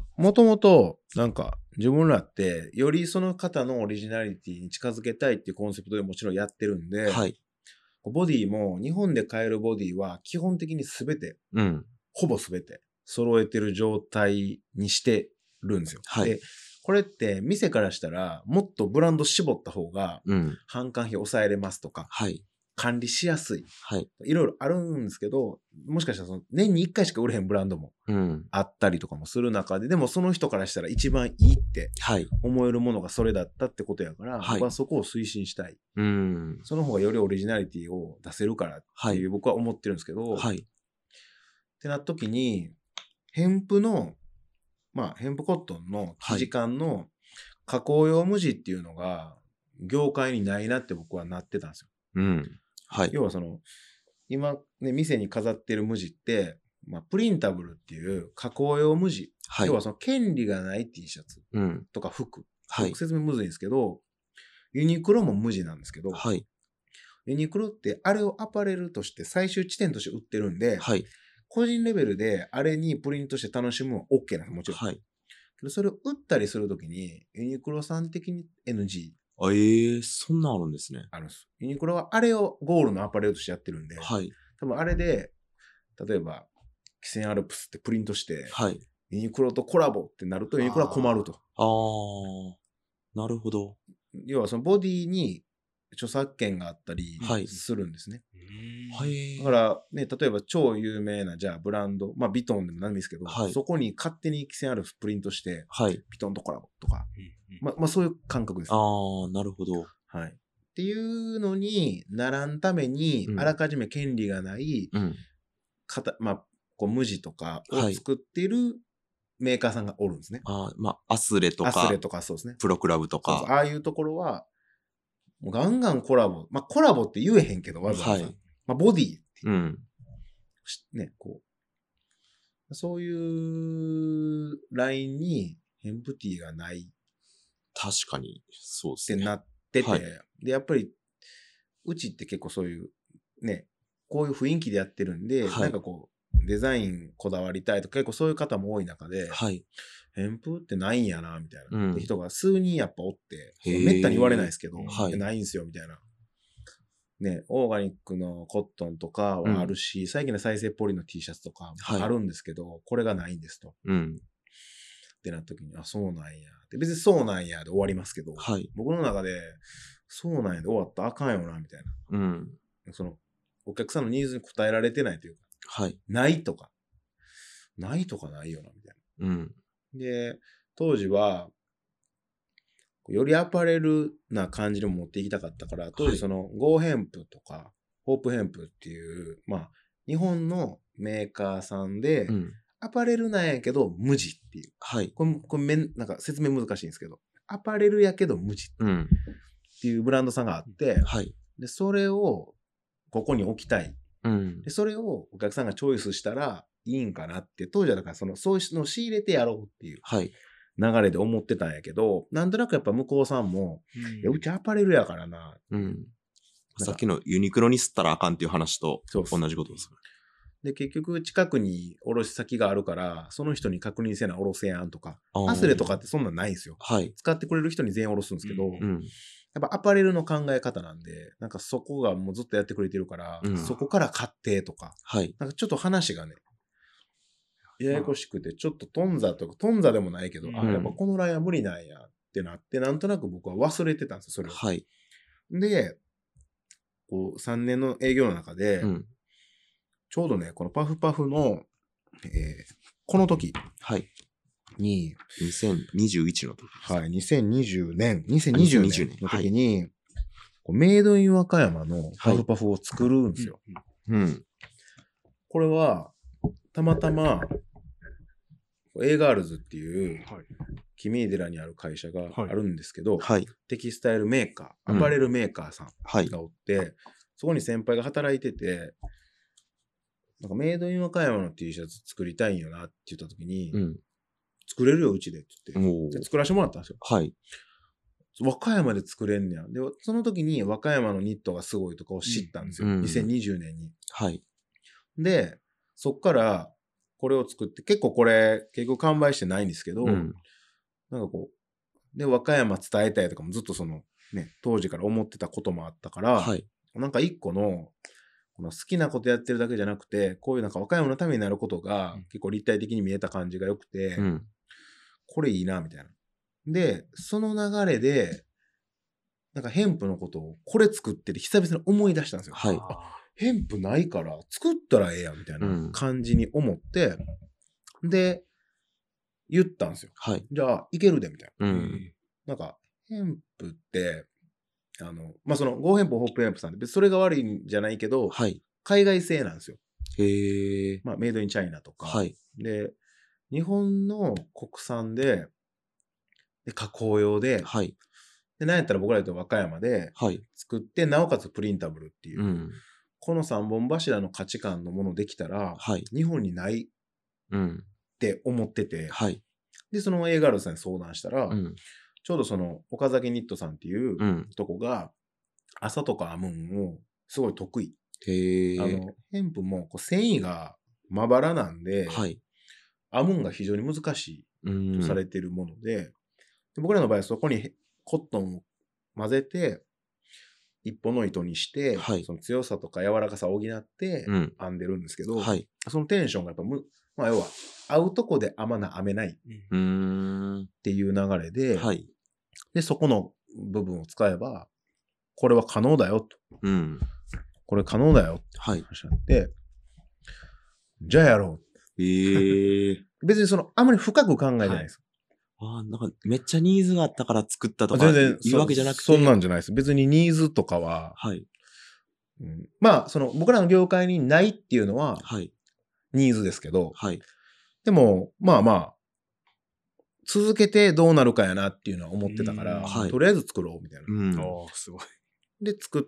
もともと、なんか、自分らって、よりその方のオリジナリティに近づけたいっていうコンセプトでもちろんやってるんで、 はい。 ボディも、日本で買えるボディは、基本的にすべて、 うん。 ほぼすべて、揃えてる状態にしてるんですよ。 はいで、これって、店からしたら、もっとブランド絞った方が、 うん。 販管費抑えれますとか、 はい。 管理しやすい。 はい。 いろいろあるんですけど、もしかしたらその年にいっかいしか売れへんブランドもうん。 あったりとかもする中で、でもその人からしたら一番いいってはい。 思えるものがそれだったってことやから、 はい僕はそこを推進したい。 うん。 その方がよりオリジナリティを出せるからっていう僕は思ってるんですけど、 はい。 ってなった時に、ヘンプの、まあ、ヘンプコットンの生地感の加工用無地っていうのが、業界にないなって僕はなってたんですよ。 うん。はい。 要はその、今ね、店に飾ってる無地って、まあ、プリンタブルっていう加工用無地。はい、要はその権利がない T シャツとか服。はい、説明むずいんですけど、ユニクロも無地なんですけど、はい、ユニクロってあれをアパレルとして最終地点として売ってるんで、はい、個人レベルであれにプリントして楽しむのは OK なんです、もちろん。はい、それを売ったりするときに、ユニクロさん的に エヌジー。 あ、ええー、そんなんあるんですね。 あるんです。ユニクロはあれをゴールのアパレルとしてやってるんで、はい、多分あれで、例えば、キセンアルプスってプリントして、はい、ユニクロとコラボってなるとユニクロは困ると。 ああ、なるほど。 要はそのボディに著作権があったりするんですね。はい、だからね、例えば超有名なじゃあブランド、まあビトンでも何でもいいですけど、はい、そこに勝手にキセンアルプスプリントして、はい、ビトンとコラボとか、まあ、まあそういう感覚です。 ああ、なるほど。 はい。っていうのにならんために、うん、あらかじめ権利がない、うん、かたまあ、こう無地とかを作っているメーカーさんがおるんですね。 ああ、まあ、アスレとか、 アスレとかそうですね。 プロクラブとか。 そうそう、ああいうところは、もうガンガンコラボ。まあ、コラボって言えへんけど、わざわざ。はい、まあ、ボディって。うん。ね、こう。そういうラインにヘンプティーがない。 確かに、そうですね。 ってなってて、はい、で、やっぱり、うちって結構そういう、ね、こういう雰囲気でやってるんで、はい、なんかこう、デザインこだわりたいとか、結構そういう方も多い中で、はい、ヘンプってないんやな、みたいな、うん、人が数人やっぱおって、めったに言われないですけど、はい、ないんすよ、みたいな。ね、オーガニックのコットンとかはあるし、うん、最近の再生ポリの T シャツとかあるんですけど、はい、これがないんですと。うん、ってなった時に、あ、そうなんや。で別にそうなんやで終わりますけど、はい、僕の中で、そうなんやで終わったらあかんよな、みたいな。うん、その、お客さんのニーズに応えられてないというか、はい、ないとか、ないとかないよな、みたいな。うん、で、当時は、よりアパレルな感じでも持っていきたかったから、当時その、ゴーヘンプとか、ホープヘンプっていう、まあ、日本のメーカーさんで、うん、アパレルなんやけど、無地っていう。はい。これ、これめん、なんか説明難しいんですけど、アパレルやけど無地っていうブランドさんがあって、はい。で、それを、ここに置きたい。うん。で、それをお客さんがチョイスしたらいいんかなって、当時はだからその、そういうのを仕入れてやろうっていう。はい。流れで思ってたんやけど、なんとなくやっぱ向こうさんも、うん、いやうちアパレルやからな。うん。 さっきのユニクロに吸ったらあかんっていう話と同じことです。 で、結局近くに卸先があるから、その人に確認せな卸せやんとか、アスレとかってそんなんないんですよ。はい。使ってくれる人に全員卸すんですけど、うん、やっぱアパレルの考え方なんで、なんかそこがもうずっとやってくれてるから、うん、そこから買ってとか、はい。なんかちょっと話がね、ややこしくて、ちょっとトンザとか、トンザでもないけど、うん、あ、やっぱこのラインは無理なんやってなって、なんとなく僕は忘れてたんですよ、それを。はい。で、こう、さんねんの営業の中で、うん、ちょうどね、このパフパフの、えー、この時に、 はい、にせんにじゅういちの時。 はい、にせんにじゅうねん、にせんにじゅうねんの時に、はい、こうメイドイン和歌山のパフパフを作るんですよ。はい、うん。これは、たまたま、エーガールズっていう、君井寺にある会社があるんですけど、はい、テキスタイルメーカー、アパレルメーカーさんがおって、うんはい、そこに先輩が働いてて、なんかメイドイン和歌山の T シャツ作りたいんよなって言った時に、うん、作れるよ、うちでって言って。で作らせてもらったんですよ。はい。和歌山で作れんねや。で、その時に和歌山のニットがすごいとかを知ったんですよ。うん、にせんにじゅうねんに。はい。で、そっから、これを作って、結構これ、結局完売してないんですけど、うん、なんかこう、で、和歌山伝えたいとかもずっとその、ね、当時から思ってたこともあったから、はい、なんか一個の、この好きなことやってるだけじゃなくて、こういうなんか和歌山のためになることが結構立体的に見えた感じが良くて、うん、これいいな、みたいな。で、その流れで、なんかヘンプのことをこれ作ってて久々に思い出したんですよ。はい。ヘンプないから作ったらええやんみたいな感じに思って、うん、で、言ったんですよ。はい。じゃあ、いけるで、みたいな。うん。なんか、ヘンプって、あの、まあ、その、ゴーヘンプ、ホップヘンプさんって別にそれが悪いんじゃないけど、はい。海外製なんですよ。 へえ。 まあ、メイドインチャイナとか。 はい。 で、日本の国産で、で、加工用で、 はい。 で、なんやったら僕らと和歌山ではい。 作って、なおかつプリンタブルっていう、 うん。 このさんぼん柱の価値観のものできたら、 はい。 日本にないうん。 って思ってて、 はい。 で、その A ガールズさんに相談したら、 うん。 ちょうどその岡崎ニットさんっていううん。 とこが、麻とか編むんをすごい得意。 へえ。 あの、ヘンプもこう繊維がまばらなんで、 はい。 編むんが非常に難しういとさん。 れているもので、で僕らの場合はそこにコットンを混ぜて、一本の糸にして、 はい。 その強さとか柔らかさを補ってうん。 編んでるんですけど、 はい。 そのテンションがやっぱむ、まあ要は、合うとこで編まな編めないっうーん。 ていう流れで、 はい。 で、そこの部分を使えば、これは可能だよと。 うん。 これ可能だよってはい。 話になって、じゃあやろへえ。 う。別にその、あまり深く考えてないです。 ああ、なんかめっちゃニーズがあったから作ったとか全然いうわけじゃなくて。 そ、そんなんじゃないです。別にニーズとかは、 はい。 うん、まあ、その僕らの業界にないっていうのははい。 ニーズですけど、 はい。 でも、まあまあ、続けてどうなるかやなっていうのは思ってたから、 はい、 とりあえず作ろうみたいな。 うん。 おー、すごい。 で、作って、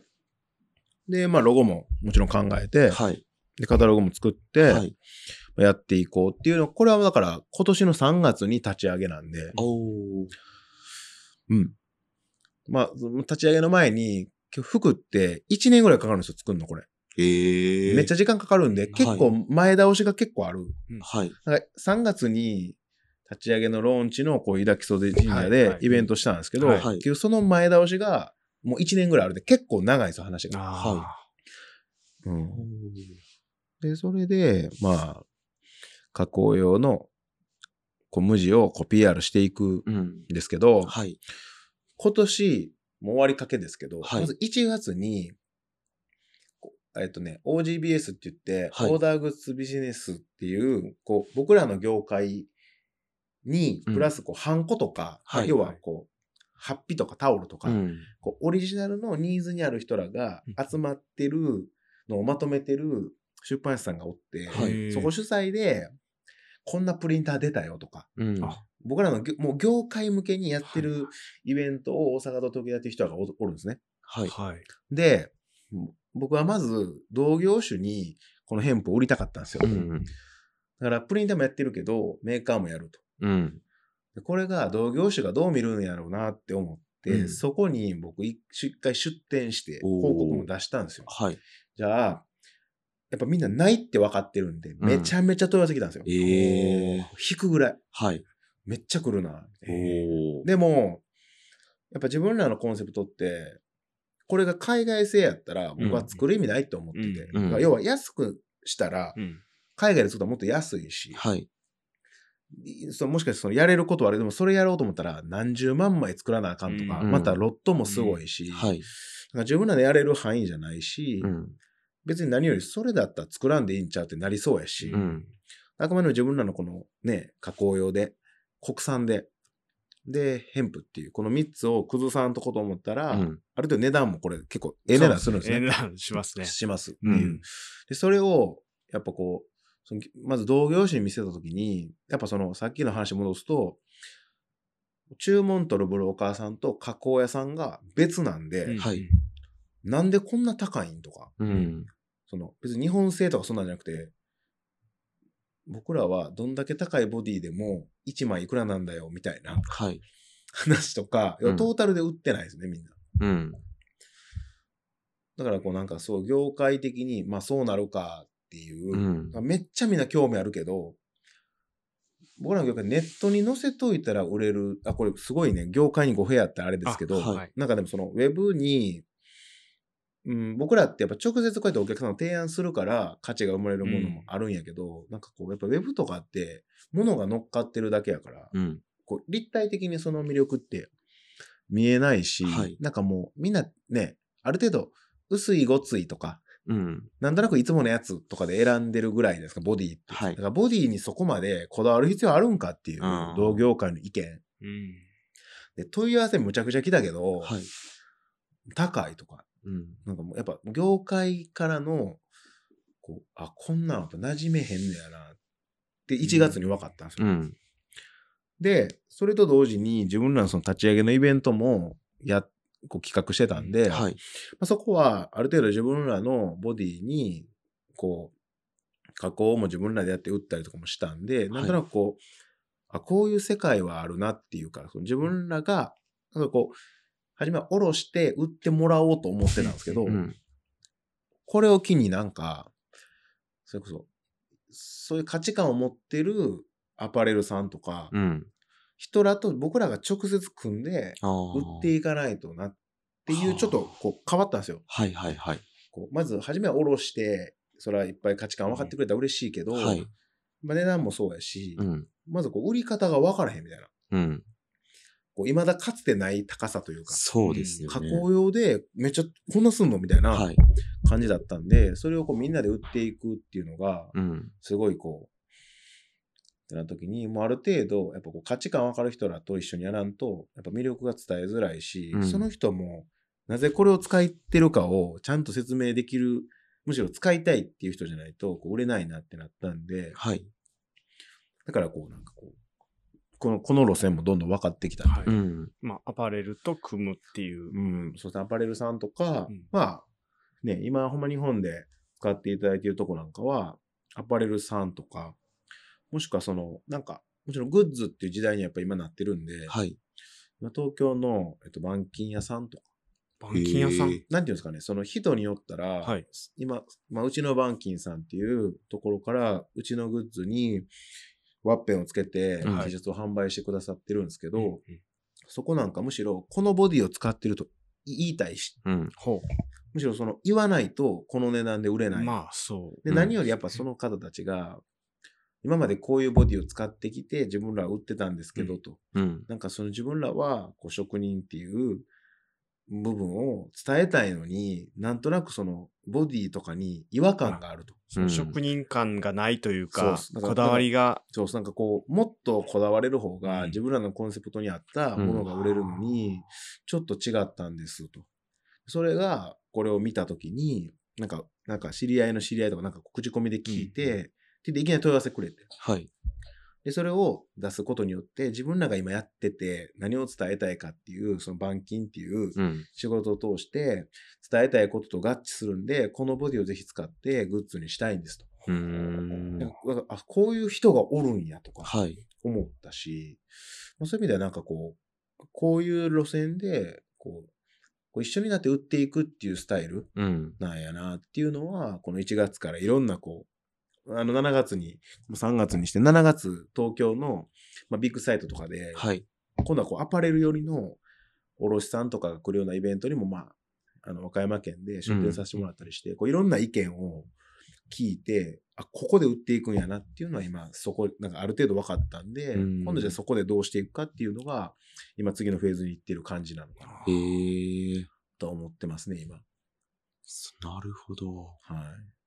で、まあ、ロゴももちろん考えて、 はい。 で、カタログも作って、 はい。 やっていこうっていうの、これはだから今年のさんがつに立ち上げなんで、 おー。 うん。まあ、立ち上げの前に、服っていちねんぐらいかかるんですよ、作るの、これ。 へえ。 めっちゃ時間かかるんで、結構前倒しが結構ある。 はい。 だからさんがつに立ち上げのローンチのこう、井田木袖神社でイベントしたんですけど、 はいはい、 その前倒しがもういちねんぐらいあるんで、結構長いんですよ、話が。 はい。 うん。で、それで、まあ、加工用のこう無地をこう ピーアール していくんですけど、 うん、はい、 今年、もう終わりかけですけど、 はい、 まずいちがつに、えっとね、オージービーエス って言って、 はい、 オーダーグッズビジネスっていう、こう、僕らの業界に、プラス、こう、ハンコとか、 はい、 要は、こう、ハッピとかタオルとか、 うん、 こうオリジナルのニーズにある人らが集まってるのをまとめてる出版社さんがおって、 はい、 そこ主催で、こんなプリンター出たよとか、 うん、 僕らのもう業界向けにやってるイベントを大阪と東京やってる人が お, おるんですね。 はい。 で、僕はまず同業種にこのヘンプを売りたかったんですよ。うん、だからプリンターもやってるけど、メーカーもやると。うん、でこれが同業種がどう見るんやろうなって思って、うん、そこに僕一回出店して広告も出したんですよ。 はい。 じゃあ、やっぱみんなないって分かってるんで、めちゃめちゃ問い合わせきたんですよ。 うん、えー、 引くぐらい。 はい。 めっちゃ来るな。 おでも、やっぱ自分らのコンセプトって、これが海外製やったら僕は作る意味ないと思ってて。うんうん、要は安くしたら、海外で作ったらもっと安いし、 はい、 そのもしかしてそのやれることはあれでもそれやろうと思ったら何十万枚作らなあかんとか、うん、またロットもすごいし、うんはい、自分らでやれる範囲じゃないし、うん、別に何よりそれだったら作らんでいいんちゃうってなりそうやし、うん、あくまでも自分らのこのね、加工用で、国産で、で、ヘンプっていう、このみっつを崩さんとこと思ったら、うん、ある程度値段もこれ結構、ええ値段するんですね。 ええ値段しますね。 しますっていう。うん、で、それを、やっぱこう、そのまず同業種に見せたときに、やっぱその、さっきの話戻すと、注文取るブローカーさんと加工屋さんが別なんで、うん、なんでこんな高いんとか、うん、その別に日本製とかそんなんじゃなくて、僕らはどんだけ高いボディでもいちまいいくらなんだよみたいな、はい、話とか、うん、トータルで売ってないですね、みんな。うん、だからこうなんかそう業界的にまあそうなるかっていう、うん、めっちゃみんな興味あるけど、僕らの業界ネットに載せといたら売れる、あ、これすごいね、業界に語弊あってあれですけど、はい、なんかでもそのウェブに、うん、僕らってやっぱ直接こうやってお客さんを提案するから価値が生まれるものもあるんやけど、うん、なんかこうやっぱウェブとかって物が乗っかってるだけやから、うん、こう立体的にその魅力って見えないし、はい、なんかもうみんなね、ある程度薄いごついとか、うん、なんとなくいつものやつとかで選んでるぐらいですか、ボディって。はい、だからボディにそこまでこだわる必要あるんかっていう同業界の意見。うん、で問い合わせむちゃくちゃ来たけど、はい、高いとか、うん、なんかもうやっぱ業界からのこう、あ、こんなんやっぱ馴染めへんねやなっていちがつに分かったんですよ。 うん。 で、それと同時に自分らのその立ち上げのイベントもや、こう企画してたんで、 はい。 まあ、そこはある程度自分らのボディに、こう、加工も自分らでやって打ったりとかもしたんで、なんとなくこう、あ、こういう世界はあるなっていうか、その自分らが、なんかこう、初めは下ろして売ってもらおうと思ってたんですけど、 うん。 これを機になんか、それこそ、そういう価値観を持ってるアパレルさんとか、 うん。 人らと僕らが直接組んでああ。 売っていかないとなっていう、ちょっとこう変わったんですよ。 はいはいはい。 こうまず、初めは下ろして、それはいっぱい価値観分かってくれたら嬉しいけど、 はい。 まあ、値段もそうやし、 うん。 まずこう売り方が分からへんみたいな。 うん。 こう未だかつてない高さというか、 そうですよね。 加工用でめっちゃこんなすんのみたいなはい。 感じだったんで、それをこうみんなで売っていくっていうのが、 うん。 すごいこう、ってな時に、もうある程度、やっぱこう価値観分かる人らと一緒にやらんと、やっぱ魅力が伝えづらいし、 うんその人もなぜこれを使ってるかをちゃんと説明できる、むしろ使いたいっていう人じゃないとこう売れないなってなったんで、 はい。 だからこうなんかこう、この、この路線もどんどん分かってきたというか。 はいうん。 まあ、アパレルと組むっていう。 うん、そうですね、アパレルさんとか、 うんまあ、ね、今ほんま日本で使っていただいているとこなんかは、アパレルさんとか、もしくはその、なんか、もちろんグッズっていう時代にやっぱ今なってるんで、 はい。 今東京の、えっと、板金屋さんとか、 板金屋さん。 へえなんていうんですかね、その人によったら、 はい今、まあ、うちの板金さんっていうところから、うちのグッズにワッペンをつけて、 うん T シャツを販売してくださってるんですけど、 うんうんそこなんかむしろ、このボディを使ってると言いたいし、 うん。 ほむしろその言わないとこの値段で売れう。 ない。 まあ、そう。 で、 うん何よりやっぱその方たちが、今までこういうボディを使ってきて自分らは売ってたんですけどと。 うん。 なんかその自分らはこう職人っていう部分を伝えたいのに、なんとなくそのボディとかに違和感があると。 その職人感がないというかそうっす、だからこだわりが。 そう、なんかこう、もっとこだわれる方うんが自分らのコンセプトに合ったものが売れるのに、ちょっと違ったんですと。それが、これを見たときに、なんか、なんか知り合いの知り合いとかなんか口コミで聞いて、 うんで、でいきなり問い合わせくれて。 はい。 で、それを出すことによって、自分らが今やってて、何を伝えたいかっていう、その板金っていううん。 仕事を通して、伝えたいことと合致するんで、このボディをぜひ使ってグッズにしたいんですと。 うーん。 だからあ、こういう人がおるんやとかはい。 思ったし、まあそういう意味ではなんかこう、こういう路線で、こう、こう一緒になって売っていくっていうスタイルうん。 なんやなっていうのは、このいちがつからいろんなこう、あのしちがつに、さんがつにして、しちがつ東京の、まあ、ビッグサイトとかで、 はい。 今度はこうアパレル寄りの卸さんとかが来るようなイベントにも、まあ、あの、和歌山県で出店させてもらったりして、こういろんな意見を聞いて、あ、ここで売っていくんやなっていうのは今、そこ、なんかある程度分かったんで、 うん今度じゃあそこでどうしていくかっていうのが、今次のフェーズに行ってる感じなのかなへえ。 と思ってますね、今。 そなるほど。 はい。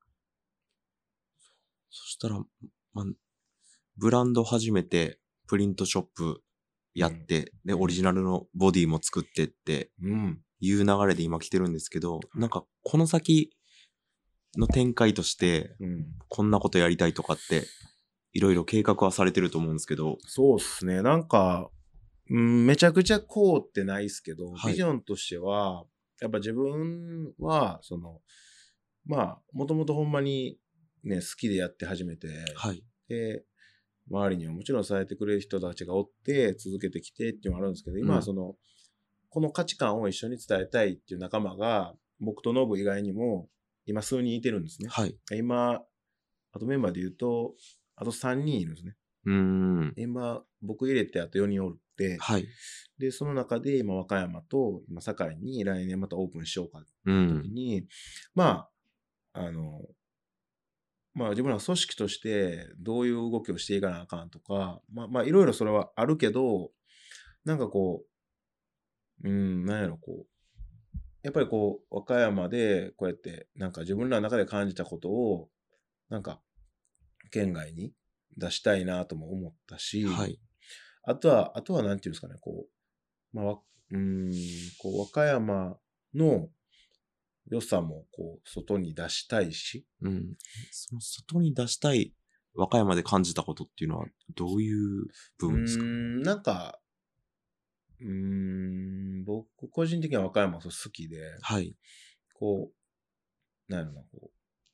そしたら、ま、ブランド始めて、プリントショップやって、で、オリジナルのボディも作ってってうん。 いう流れで今来てるんですけど、なんか、この先の展開として、 うん。 こんなことやりたいとかって、いろいろ計画はされてると思うんですけど、 そうっすね。なんか、うん、めちゃくちゃこうってないっすけど、 はいビジョンとしては、やっぱ自分は、その、まあ、もともとほんまにね、好きでやって始めて、 はい。 で、周りにはもちろん支えてくれる人たちがおって、続けてきてっていうのがあるんですけど、今はその、この価値観を一緒に伝えたいっていう仲間が、僕とノブ以外にも、今数人いてるんですね。 はい。 今、あとメンバーで言うと、あとさんにんいるんですね。 うーん。 今、僕入れてあとよにんおるって、 はい。 で、その中で今、和歌山と、今、堺に来年またオープンしようかってうん時。に、まあ、あの、まあ自分らの組織としてどういう動きをしていかなあかんとか、まあまあいろいろそれはあるけど、なんかこう、うーん、なんやろ、こう、やっぱりこう、和歌山でこうやってなんか自分らの中で感じたことを、なんか、県外に出したいなとも思ったし、 はい。 あとは、あとはなんていうんですかね、こう、まあ、わうーん、こう、和歌山の、 良さもこう、外に出したいし。 うん。その外に出したい和歌山で感じたことっていうのはどういう部分ですか？ うーん、なんか、うーん、僕個人的には和歌山好きで、 はい。 こう、なんやろな、こう、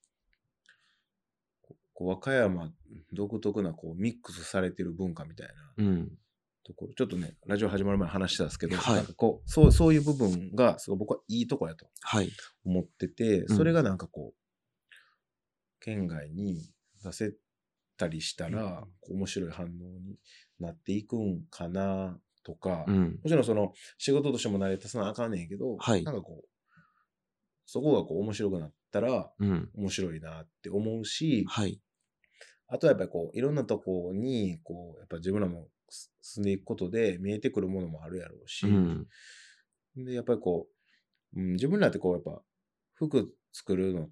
こう和歌山独特なこうミックスされてる文化みたいなうん。 ところ、ちょっとね、ラジオ始まる前に話してたんですけど、 はいなんかこう、そう、そういう部分が、すごい僕はいいとこやとはい。 思ってて、 うんそれがなんかこう、県外に出せたりしたら、こう面白い反応になっていくんかなとか、 うん。 もちろんその仕事としても成り立たなあかんねんけど、 はいなんかこう、そこがこう面白くなったらうん。 面白いなって思うし、 はい。 あとはやっぱりこう、いろんなとこに、こう、やっぱ自分らもす進んでいくことで見えてくるものもあるやろうし、 うん。 で、やっぱりこう、うん、自分らってこう、やっぱ、服作るのって、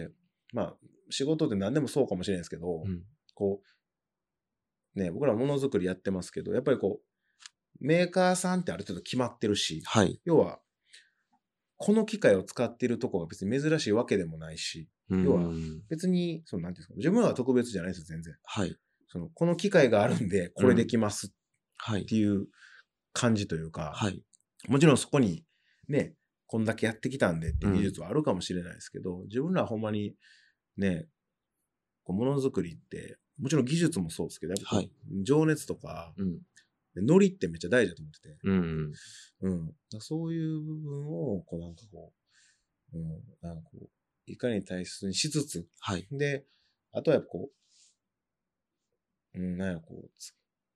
まあ、仕事って何でもそうかもしれないですけど、 うん。 こう、ね、僕らものづくりやってますけど、やっぱりこう、メーカーさんってある程度決まってるし、 はい。 要は、この機械を使っているとこが別に珍しいわけでもないし、 うん要は別に、その、なんていうんですか、自分らは特別じゃないですよ、全然。 はい。 その、この機械があるんで、これできますはいっ。ていう感じというか、 はい。 もちろんそこにね、こんだけやってきたんでっていう技術はあるかもしれないですけど、自分らはほんまにね、こうものづくりって、もちろん技術もそうですけど、やっぱこうはい情熱とか、 うん。 ノリってめっちゃ大事だと思ってて、 うん。 うん。だからそういう部分を、こうなんかこう、うん、なんかこう、いかに大切にしつつ、 はい。 で、あとはやっぱこう、うん、なんやこう、つ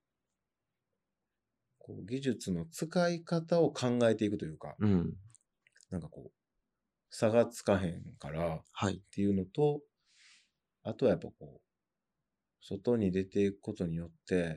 こう技術の使い方を考えていくというか、 うん。 なんかこう、差がつかへんからっはい。 ていうのと、あとはやっぱこう、外に出ていくことによって、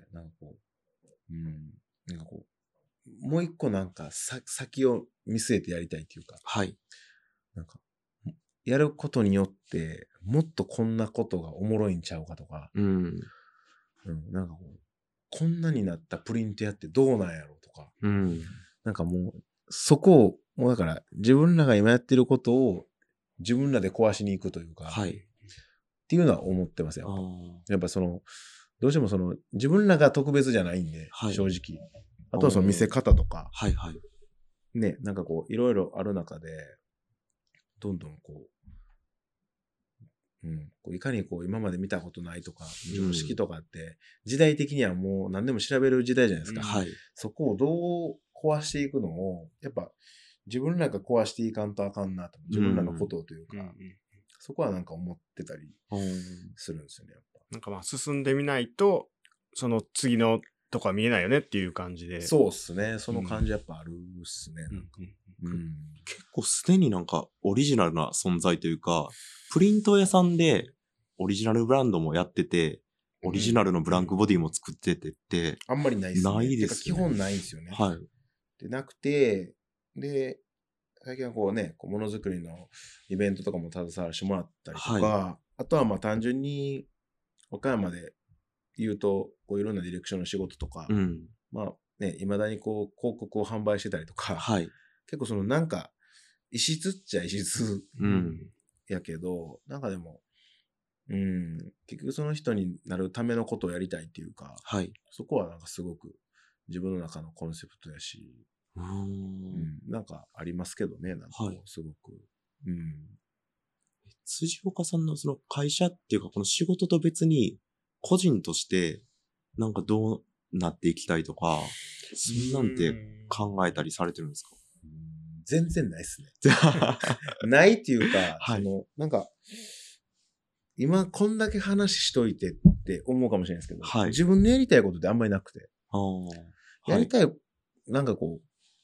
なんかこう、うん、なんかこう、もう一個なんかさ先を見据えてやりたいっていうか、 はい。 なんか、やることによって、もっとこんなことがおもろいんちゃうかとか、 うん。 うん、なんかこう、こんなになったプリントやってどうなんやろうとか、 うん。 なんかもう、そこを、もうだから自分らが今やってることを自分らで壊しに行くというか、 はい。 っていうのは思ってますよ。 あやっぱその、どうしてもその、自分らが特別じゃないんで、 はい正直。あとはその見せ方とか、 はいはい。 ね、なんかこう、いろいろある中で、どんどんこう、うん、こういかにこう、今まで見たことないとか、常識とかって、時代的にはもう何でも調べる時代じゃないですか。 はい。 そこをどう壊していくのを、やっぱ、自分らが壊していかんとあかんなと。自分らのことをというか、 うんうんそこはなんか思ってたりうんするんですよね、やっぱ。 なんかまあ進んでみないと、その次のとこは見えないよねっていう感じで。 そうっすね。その感じやっぱあるっすね。 うんなんかうんうん。 結構すでになんかオリジナルな存在というか、プリント屋さんでオリジナルブランドもやってて、オリジナルのブランクボディも作っててって、 あんまりないっすね。 ないですねてか基本ないんですよね。 はい。 で、なくて、で、最近はこうね、こうものづくりのイベントとかも携わらせてもらったりとか、 はあとはまあ単純に、和歌山で言うと、こういろんなディレクションの仕事とか、 うん。 まあね、未だにこう広告を販売してたりとか、 はい。 結構そのなんか、異質っちゃ異質うん。 やけど、なんかでも、うん、結局その人になるためのことをやりたいっていうか、 はい。 そこはなんかすごく自分の中のコンセプトやし、 うー。 うんん、なんかありますけどね、なんかこうはいすごく。うん。 辻岡さんのその会社っていうか、この仕事と別に、個人として、なんかどうなっていきたいとか、そんなんて考えたりされてるんですか？ 全然ないっすね。ないっていうか、 はいその、なんか、今こんだけ話しといてって思うかもしれないですけど、 はい自分のやりたいことってあんまりなくて、 ああ。 やりたい、なんかこう、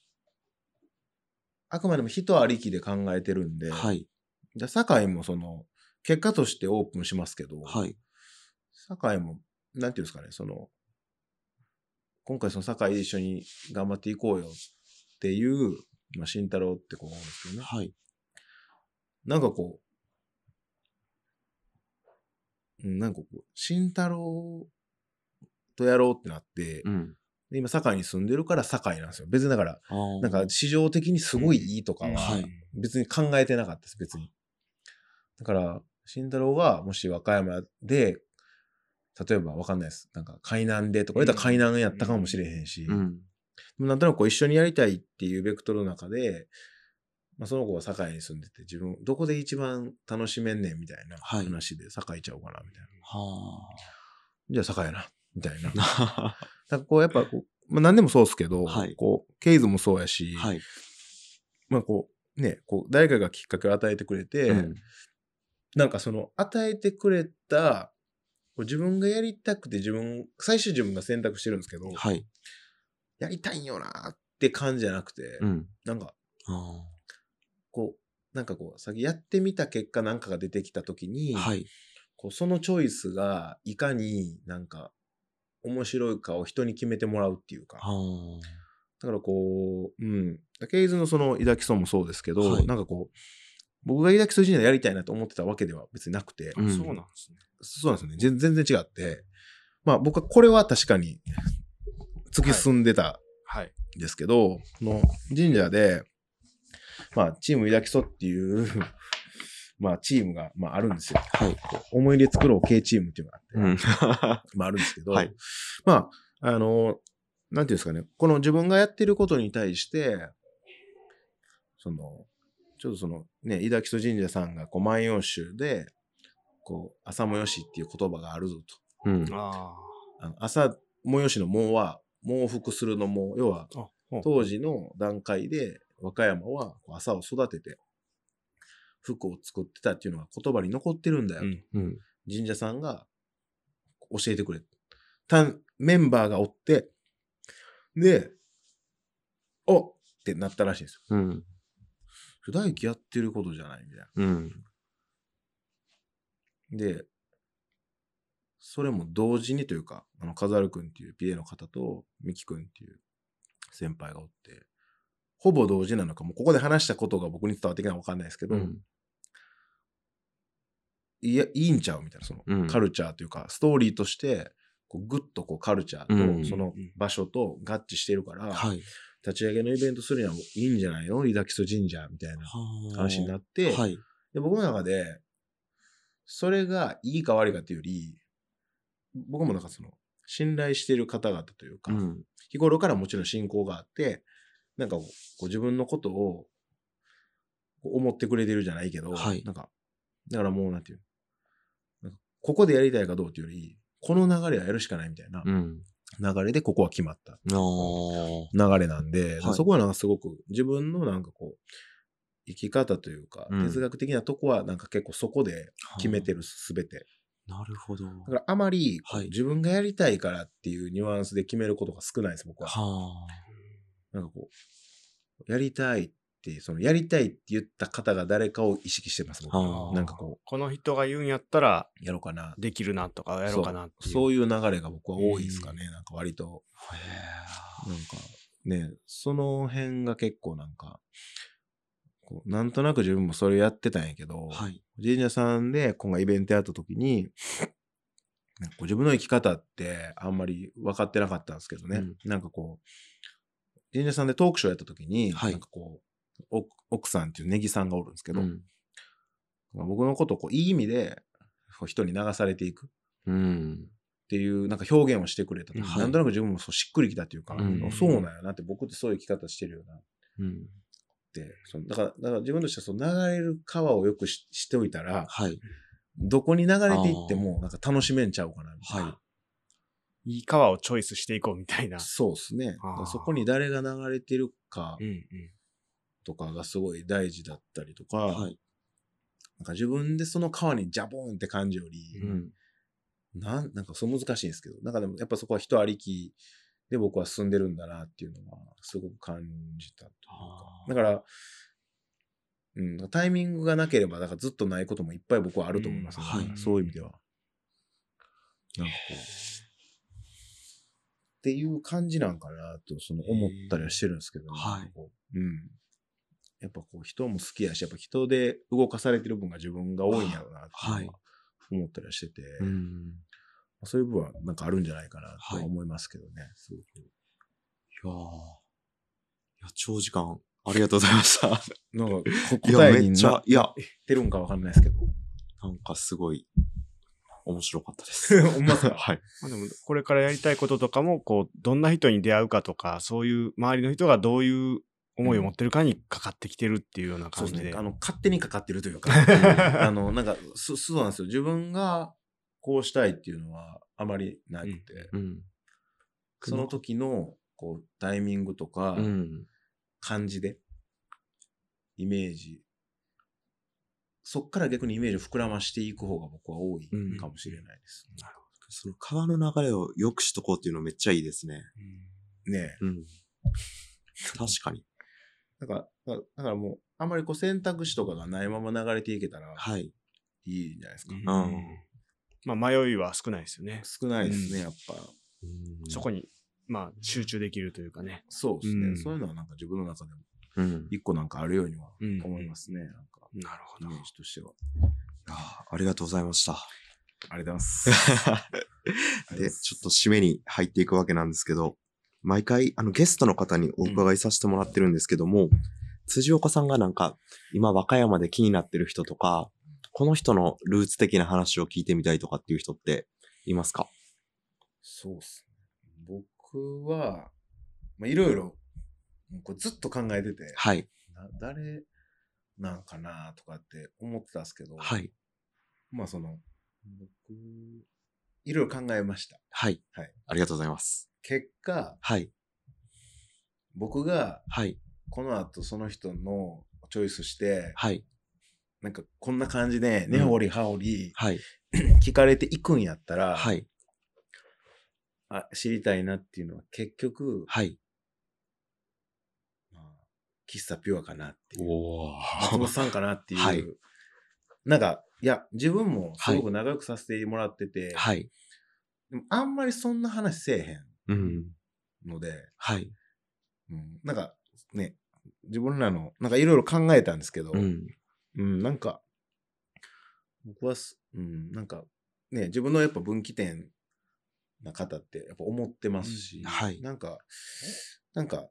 あくまでも人ありきで考えてるんで、 はい。 じゃあ、堺もその、結果としてオープンしますけど、 はい。 堺も、なんていうんですかね、その、今回その堺で一緒に頑張っていこうよっていう、まあ、慎太郎って子が多いんですけどね。 はい。 なんかこう、うんなんかこう、慎太郎とやろうってなって、 うん。 で今、堺に住んでるから堺なんですよ。別にだから、なんか市場的にすごいいいとかは、別に考えてなかったです、別に。だから、慎太郎がもし和歌山で、例えばわかんないです。なんか海南でとか言ったら海南やったかもしれへんし、うん、なんとなくこう一緒にやりたいっていうベクトルの中で、まあ、その子は堺に住んでて、自分、どこで一番楽しめんねんみたいな話で、堺ちゃおうかな、みたいな。はあ、じゃあ堺やな、みたいな。だからこう、やっぱこう、まあ何でもそうですけど、はい、こう、ケイズもそうやし、はい、まあこう、ね、こう、誰かがきっかけを与えてくれて、うん、なんかその、与えてくれた、自分がやりたくて自分、最終自分が選択してるんですけど、はい、やりたいんよなって感じじゃなくて、うん、なんか、あこう、なんかこう、先やってみた結果なんかが出てきたときに、はい、こうそのチョイスがいかになんか面白いかを人に決めてもらうっていうか、だからこう、うん、ケイズのそのイダキソンもそうですけど、はい、なんかこう、僕がイダキソンジュニアやりたいなと思ってたわけでは別になくて、 うん、そうなんですね。 そうなんですね。全然違って、まあ僕はこれは確かに突き進んでたんですけど、はいはい、の神社で、まあチームイダキソっていうまあチームが、まあ、あるんですよ。はい。思い出作ろう系チームっていうのがあって、うん、まああるんですけど、はい、まあ、あの、なんていうんですかね、この自分がやってることに対して、その、ちょっとそのね、イダキソ神社さんがこう万葉集で、こう、朝もよしっていう言葉があるぞと。うん、ああの朝もよしのもは、猛服するのも、要は、当時の段階で和歌山は朝を育てて、服を作ってたっていうのが言葉に残ってるんだよと、うん、神社さんが教えてくれたメンバーがおって、で、おってなったらしいんですよ。うん。大輝やってることじゃないみたいな。うん。で、それも同時にというか、あの、カザル君っていうピエの方とミキ君っていう先輩がおって、ほぼ同時なのか、もうここで話したことが僕に伝わってきたのかわかんないですけど、うん、いや、いいんちゃうみたいな、その、うん、カルチャーというか、ストーリーとして、こうぐっとこうカルチャーと、その場所と合致してるから、うん、立ち上げのイベントするにはいいんじゃないのイダキソ神社みたいな話になって、はい、で僕の中で、それがいいか悪いかっていうより、僕もなんかその、信頼している方々というか、うん、日頃からもちろん信仰があって、なんかこう自分のことを思ってくれてるじゃないけど、はい、なんか、だからもうなんていうの、ここでやりたいかどうっていうより、この流れはやるしかないみたいな流れでここは決まった、うん、流れなんで、はい、そこはなんかすごく自分のなんかこう、生き方というか、うん、哲学的なとこはなんか結構そこで決めてるすべて。 なるほど。だからあまり、はい、自分がやりたいからっていうニュアンスで決めることが少ないです、僕は。はなんかこう、やりたいって、そのやりたいって言った方が誰かを意識してます、僕は。なんかこう。 この人が言うんやったら、 やろうかな。 できるなとか、やろうかなっていう。 そう、そういう流れが僕は多いですかね、なんか割と。へなんかね、その辺が結構なんか、こうなんとなく自分もそれやってたんやけど、はい、神社さんで今回イベントやった時に、なんかこう自分の生き方ってあんまり分かってなかったんですけどね、うん、なんかこう、神社さんでトークショーやった時に、はい、なんかこう、奥さんっていうネギさんがおるんですけど、うん、僕のことをこういい意味で人に流されていくっていう、なんか表現をしてくれた時に、はい、なんとなく自分もそうしっくりきたっていうか、うん、そうなんやなって、僕ってそういう生き方してるよな。うんそのだから、だから自分としてはその流れる川をよく し, しておいたら、はい、どこに流れていってもなんか楽しめんちゃうかなみたいな。はい、 いい川をチョイスしていこうみたいな。 そうですね。そこに誰が流れてるかとかがすごい大事だったりとか、はい、なんか自分でその川にジャボーンって感じより、うん、なんなんかそう難しいんですけど、なんかでもやっぱそこは人ありきで僕は進んでるんだなっていうのはすごく感じたというか。だから、うん、タイミングがなければ、だからずっとないこともいっぱい僕はあると思いますね。うんはい、そういう意味では。なんかこう。っていう感じなんかなと、その思ったりはしてるんですけど、ね、はい。うん。やっぱこう人も好きやし、やっぱ人で動かされてる分が自分が多いんやろうなって思ったりはしてて、はい、うんそういう部分はなんかあるんじゃないかなと思いますけどね、はい、すごく。 いやーいや、長時間、ありがとうございました。 なんか、こいや、 答えにめっちゃな、 いや、 ってるんかわかんないですけど。 なんかすごい、面白かったです。 ほんまっすかはい。 まあでも、これからやりたいこととかも、こう、どんな人に出会うかとか、そういう周りの人がどういう思いを持ってるかにかかってきてるっていうような感じで。 そうですね。あの、勝手にかかってるというか、あの、なんか、そそうなんですよ。自分がこうしたいっていうのはあまりなくて、 うん。 その時の、こう、タイミングとか、 うん。 感じで、イメージ、そっから逆にイメージを膨らましていく方が僕は多いかもしれないです。 なるほど。その川の流れを良くしとこうっていうのめっちゃいいですね。 ねえ。 うん。確かに。 だから、だからもう、あんまりこう選択肢とかがないまま流れていけたら、 はい。 いいんじゃないですか。 うんうんまあ、迷いは少ないですよね。 少ないですね、 うんやっぱ。 うんそこに、まあ、集中できるというかね。 そうですね、 うんそういうのはなんか自分の中でも、 うん。 一個なんかあるようにはうん思いますね。なんか、 なるほど。 イメージとしては。 あありがとうございました。 ありがとうございます。 で、ちょっと締めに入っていくわけなんですけど、毎回、あの、ゲストの方にお伺いさせてもらってるんですけども、辻岡さんがなんか、今和歌山で気になってる人とか、この人のルーツ的な話を聞いてみたいとかっていう人っていますか？ そうっすね。僕は、まあ、いろいろ、もうこれずっと考えてて、 はい。 な誰なんかなとかって思ってたんですけど、 はい。 まあその、僕、いろいろ考えました。 はい。 はい。 ありがとうございます。 結果、 はい。 僕がはい。 この後その人のチョイスして、 はい。 なんかこんな感じで、根掘り葉掘りはい。 聞かれていくんやったら、 はい。 あ、知りたいなっていうのは結局、 はい。 まあ、喫茶ピュアかなっていう。 お松本さんかなっていう。 はいなんか、いや、自分もすごく仲良くさせてもらってて、 はい。 でもあんまりそんな話せえへうん。 んので、 はい。 うん、なんかね、自分らの、なんかいろいろ考えたんですけど、 ううん、 ん。 なんか、僕はす、うん、なんか、ね、自分のやっぱ分岐点な方ってやっぱ思ってますし、 うんはいなんか、なんか、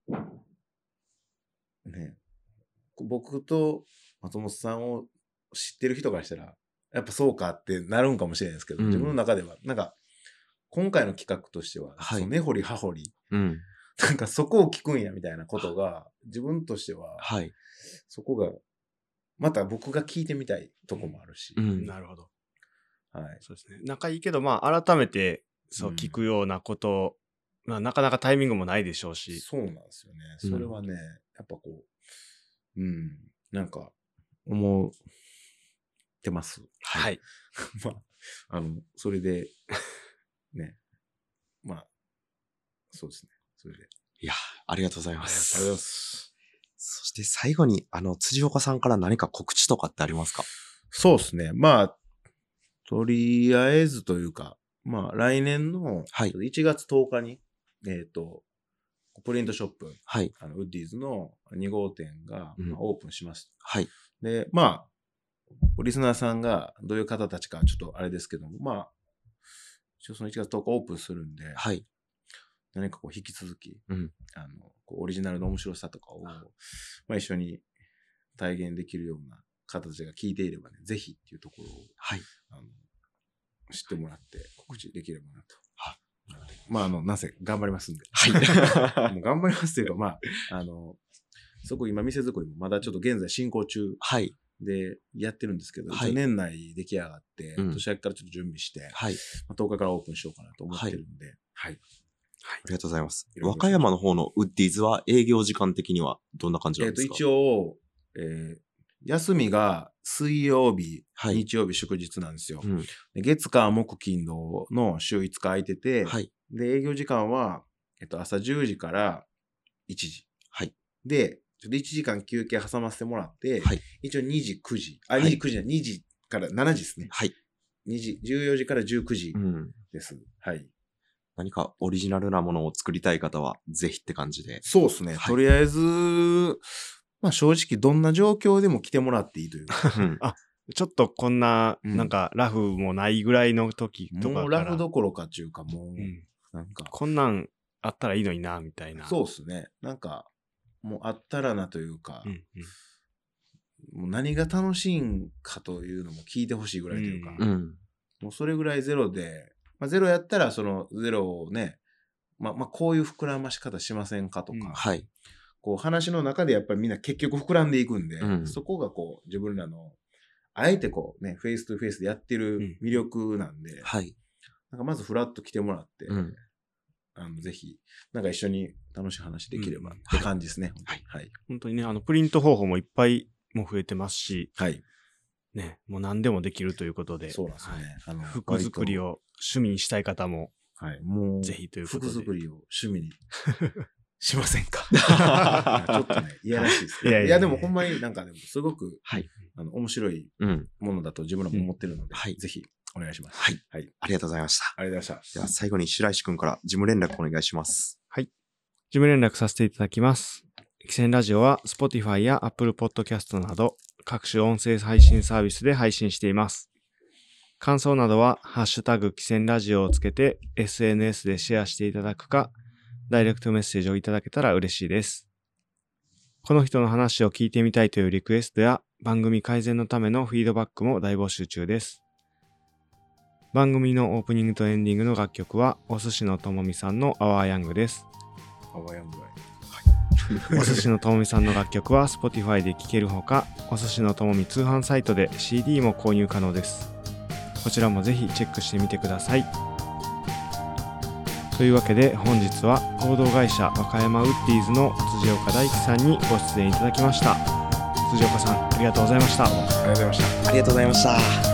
ね、僕と松本さんを知ってる人からしたら、やっぱそうかってなるんかもしれないですけど、 うん自分の中では、なんか、今回の企画としては、 はいその根掘り葉掘り、 うん。 なんかそこを聞くんやみたいなことが、自分としては、 はい。 そこが、また僕が聞いてみたいとこもあるし、 うん。 なるほど。 はい。 そうですね。仲いいけど、まあ、改めて、そうう、 ん聞くようなこと、まあ、なかなかタイミングもないでしょうし。 そうなんですよね。 うんそれはね、やっぱこう、うん、なんか、思ってます。 はい。 まあ、あの、それで、ね、まあ、そうですね。それで。 いや、ありがとうございまありがす。 とうございます。 そして最後に、あの、辻岡さんから何か告知とかってありますか？ そうですね。まあ、とりあえずというか、まあ、来年のはいいちがつとおかに、えっ、と、プリントショップ、 はい。 あのウッディーズのに号店が、 うんまあオープンします。 はい。 で、まあ、リスナーさんがどういう方たちかちょっとあれですけども、まあ、一応そのいちがつとおかオープンするんで、 はい。 何かこう引き続き、 うん。 あのこうオリジナルの面白さとかを、まあ、一緒に体現できるような方たちが聞いていればね、ぜひっていうところをはい。 あの知ってもらって告知できればなと。 はまあ、あの、なぜ頑張りますんで。 はい。 もう頑張りますというか、まあ、あの、そこ今店作りもまだちょっと現在進行中はい。 でやってるんですけど、 はい一応年内出来上がって、 うん年明けからちょっと準備して、 はい。 まあ、とおかからオープンしようかなと思ってるんで、はい。 ありがとうございます。 いろいろ和歌山の方のウッディーズは営業時間的にはどんな感じなえっ、と、 んですか？ 一応、えー休みが水曜日、 はい日曜日祝日なんですよ。 うん。 で月火木金土の週いつか空いてて、 はい。 で、営業時間は、えっと、朝じゅうじからいちじ。 はい。 で、ちょっといちじかん休憩挟ませてもらって、 はい。 一応にじ、くじ。あ、 はいにじ、くじじゃない、にじからしちじですね。 はい。 にじ、じゅうよじからじゅうくじうん。 です。はい。 何かオリジナルなものを作りたい方は、ぜひって感じで。 そうですね。 はいとりあえず、まあ正直どんな状況でも来てもらっていいというか。 うん。 ちょっとこんな、 うんなんか、ラフもないぐらいの時とかから。 もうラフどころかっていうかもう、 うんなんか、 こんなんあったらいいのにな、みたいな。 そうですね。なんか、もうあったらなというか、 うんうん、 もう何が楽しいんかというのも聞いてほしいぐらいというか、 うん、 もうそれぐらいゼロで、まあ、ゼロやったらそのゼロをね、まあ、まあこういう膨らまし方しませんかとか、 うん、はい。 こう話の中でやっぱりみんな結局膨らんでいくんで、 うん、 そこがこう自分らの、あえてこうね、フェイストゥフェイスでやってる魅力なんで、 うん、はい。 なんかまずフラッと来てもらって、 うん、 あのぜひ、なんか一緒に楽しい話できればって感じですね。 うん、はい。 はい。 本当にね、あの、プリント方法もいっぱいもう増えてますし、 はい。 ね、もう何でもできるということで、 そうなんですよね。 はい、 あの服作りを趣味にしたい方も、 はい、もう、 ぜひということで。 服作りを趣味にしませんかちょっとね、いやらしいですけど。いやいやいやいや、でもほんまになんかでもすごく、はい、あの面白いものだと自分らも思ってるので、うん、はい、ぜひお願いします。 はい。はい。ありがとうございました。 ありがとうございました。 では最後に白石くんから事務連絡お願いします。 はい。事務連絡させていただきます。キセンラジオは Spotify や Apple Podcast など各種音声配信サービスで配信しています。感想などはハッシュタグキセンラジオをつけて エスエヌエス でシェアしていただくか、ダイレクトメッセージをいただけたら嬉しいです。この人の話を聞いてみたいというリクエストや番組改善のためのフィードバックも大募集中です。番組のオープニングとエンディングの楽曲はお寿司のともみさんのアワーヤングです。 アワーヤングはい。 お寿司のともみさんの楽曲は Spotify で聴けるほか、お寿司のともみ通販サイトで シーディー も購入可能です。こちらもぜひチェックしてみてください。というわけで本日は合同会社和歌山ウッディーズの辻岡大樹さんにご出演いただきました。辻岡さん、ありがとうございました。 ありがとうございました。 ありがとうございました。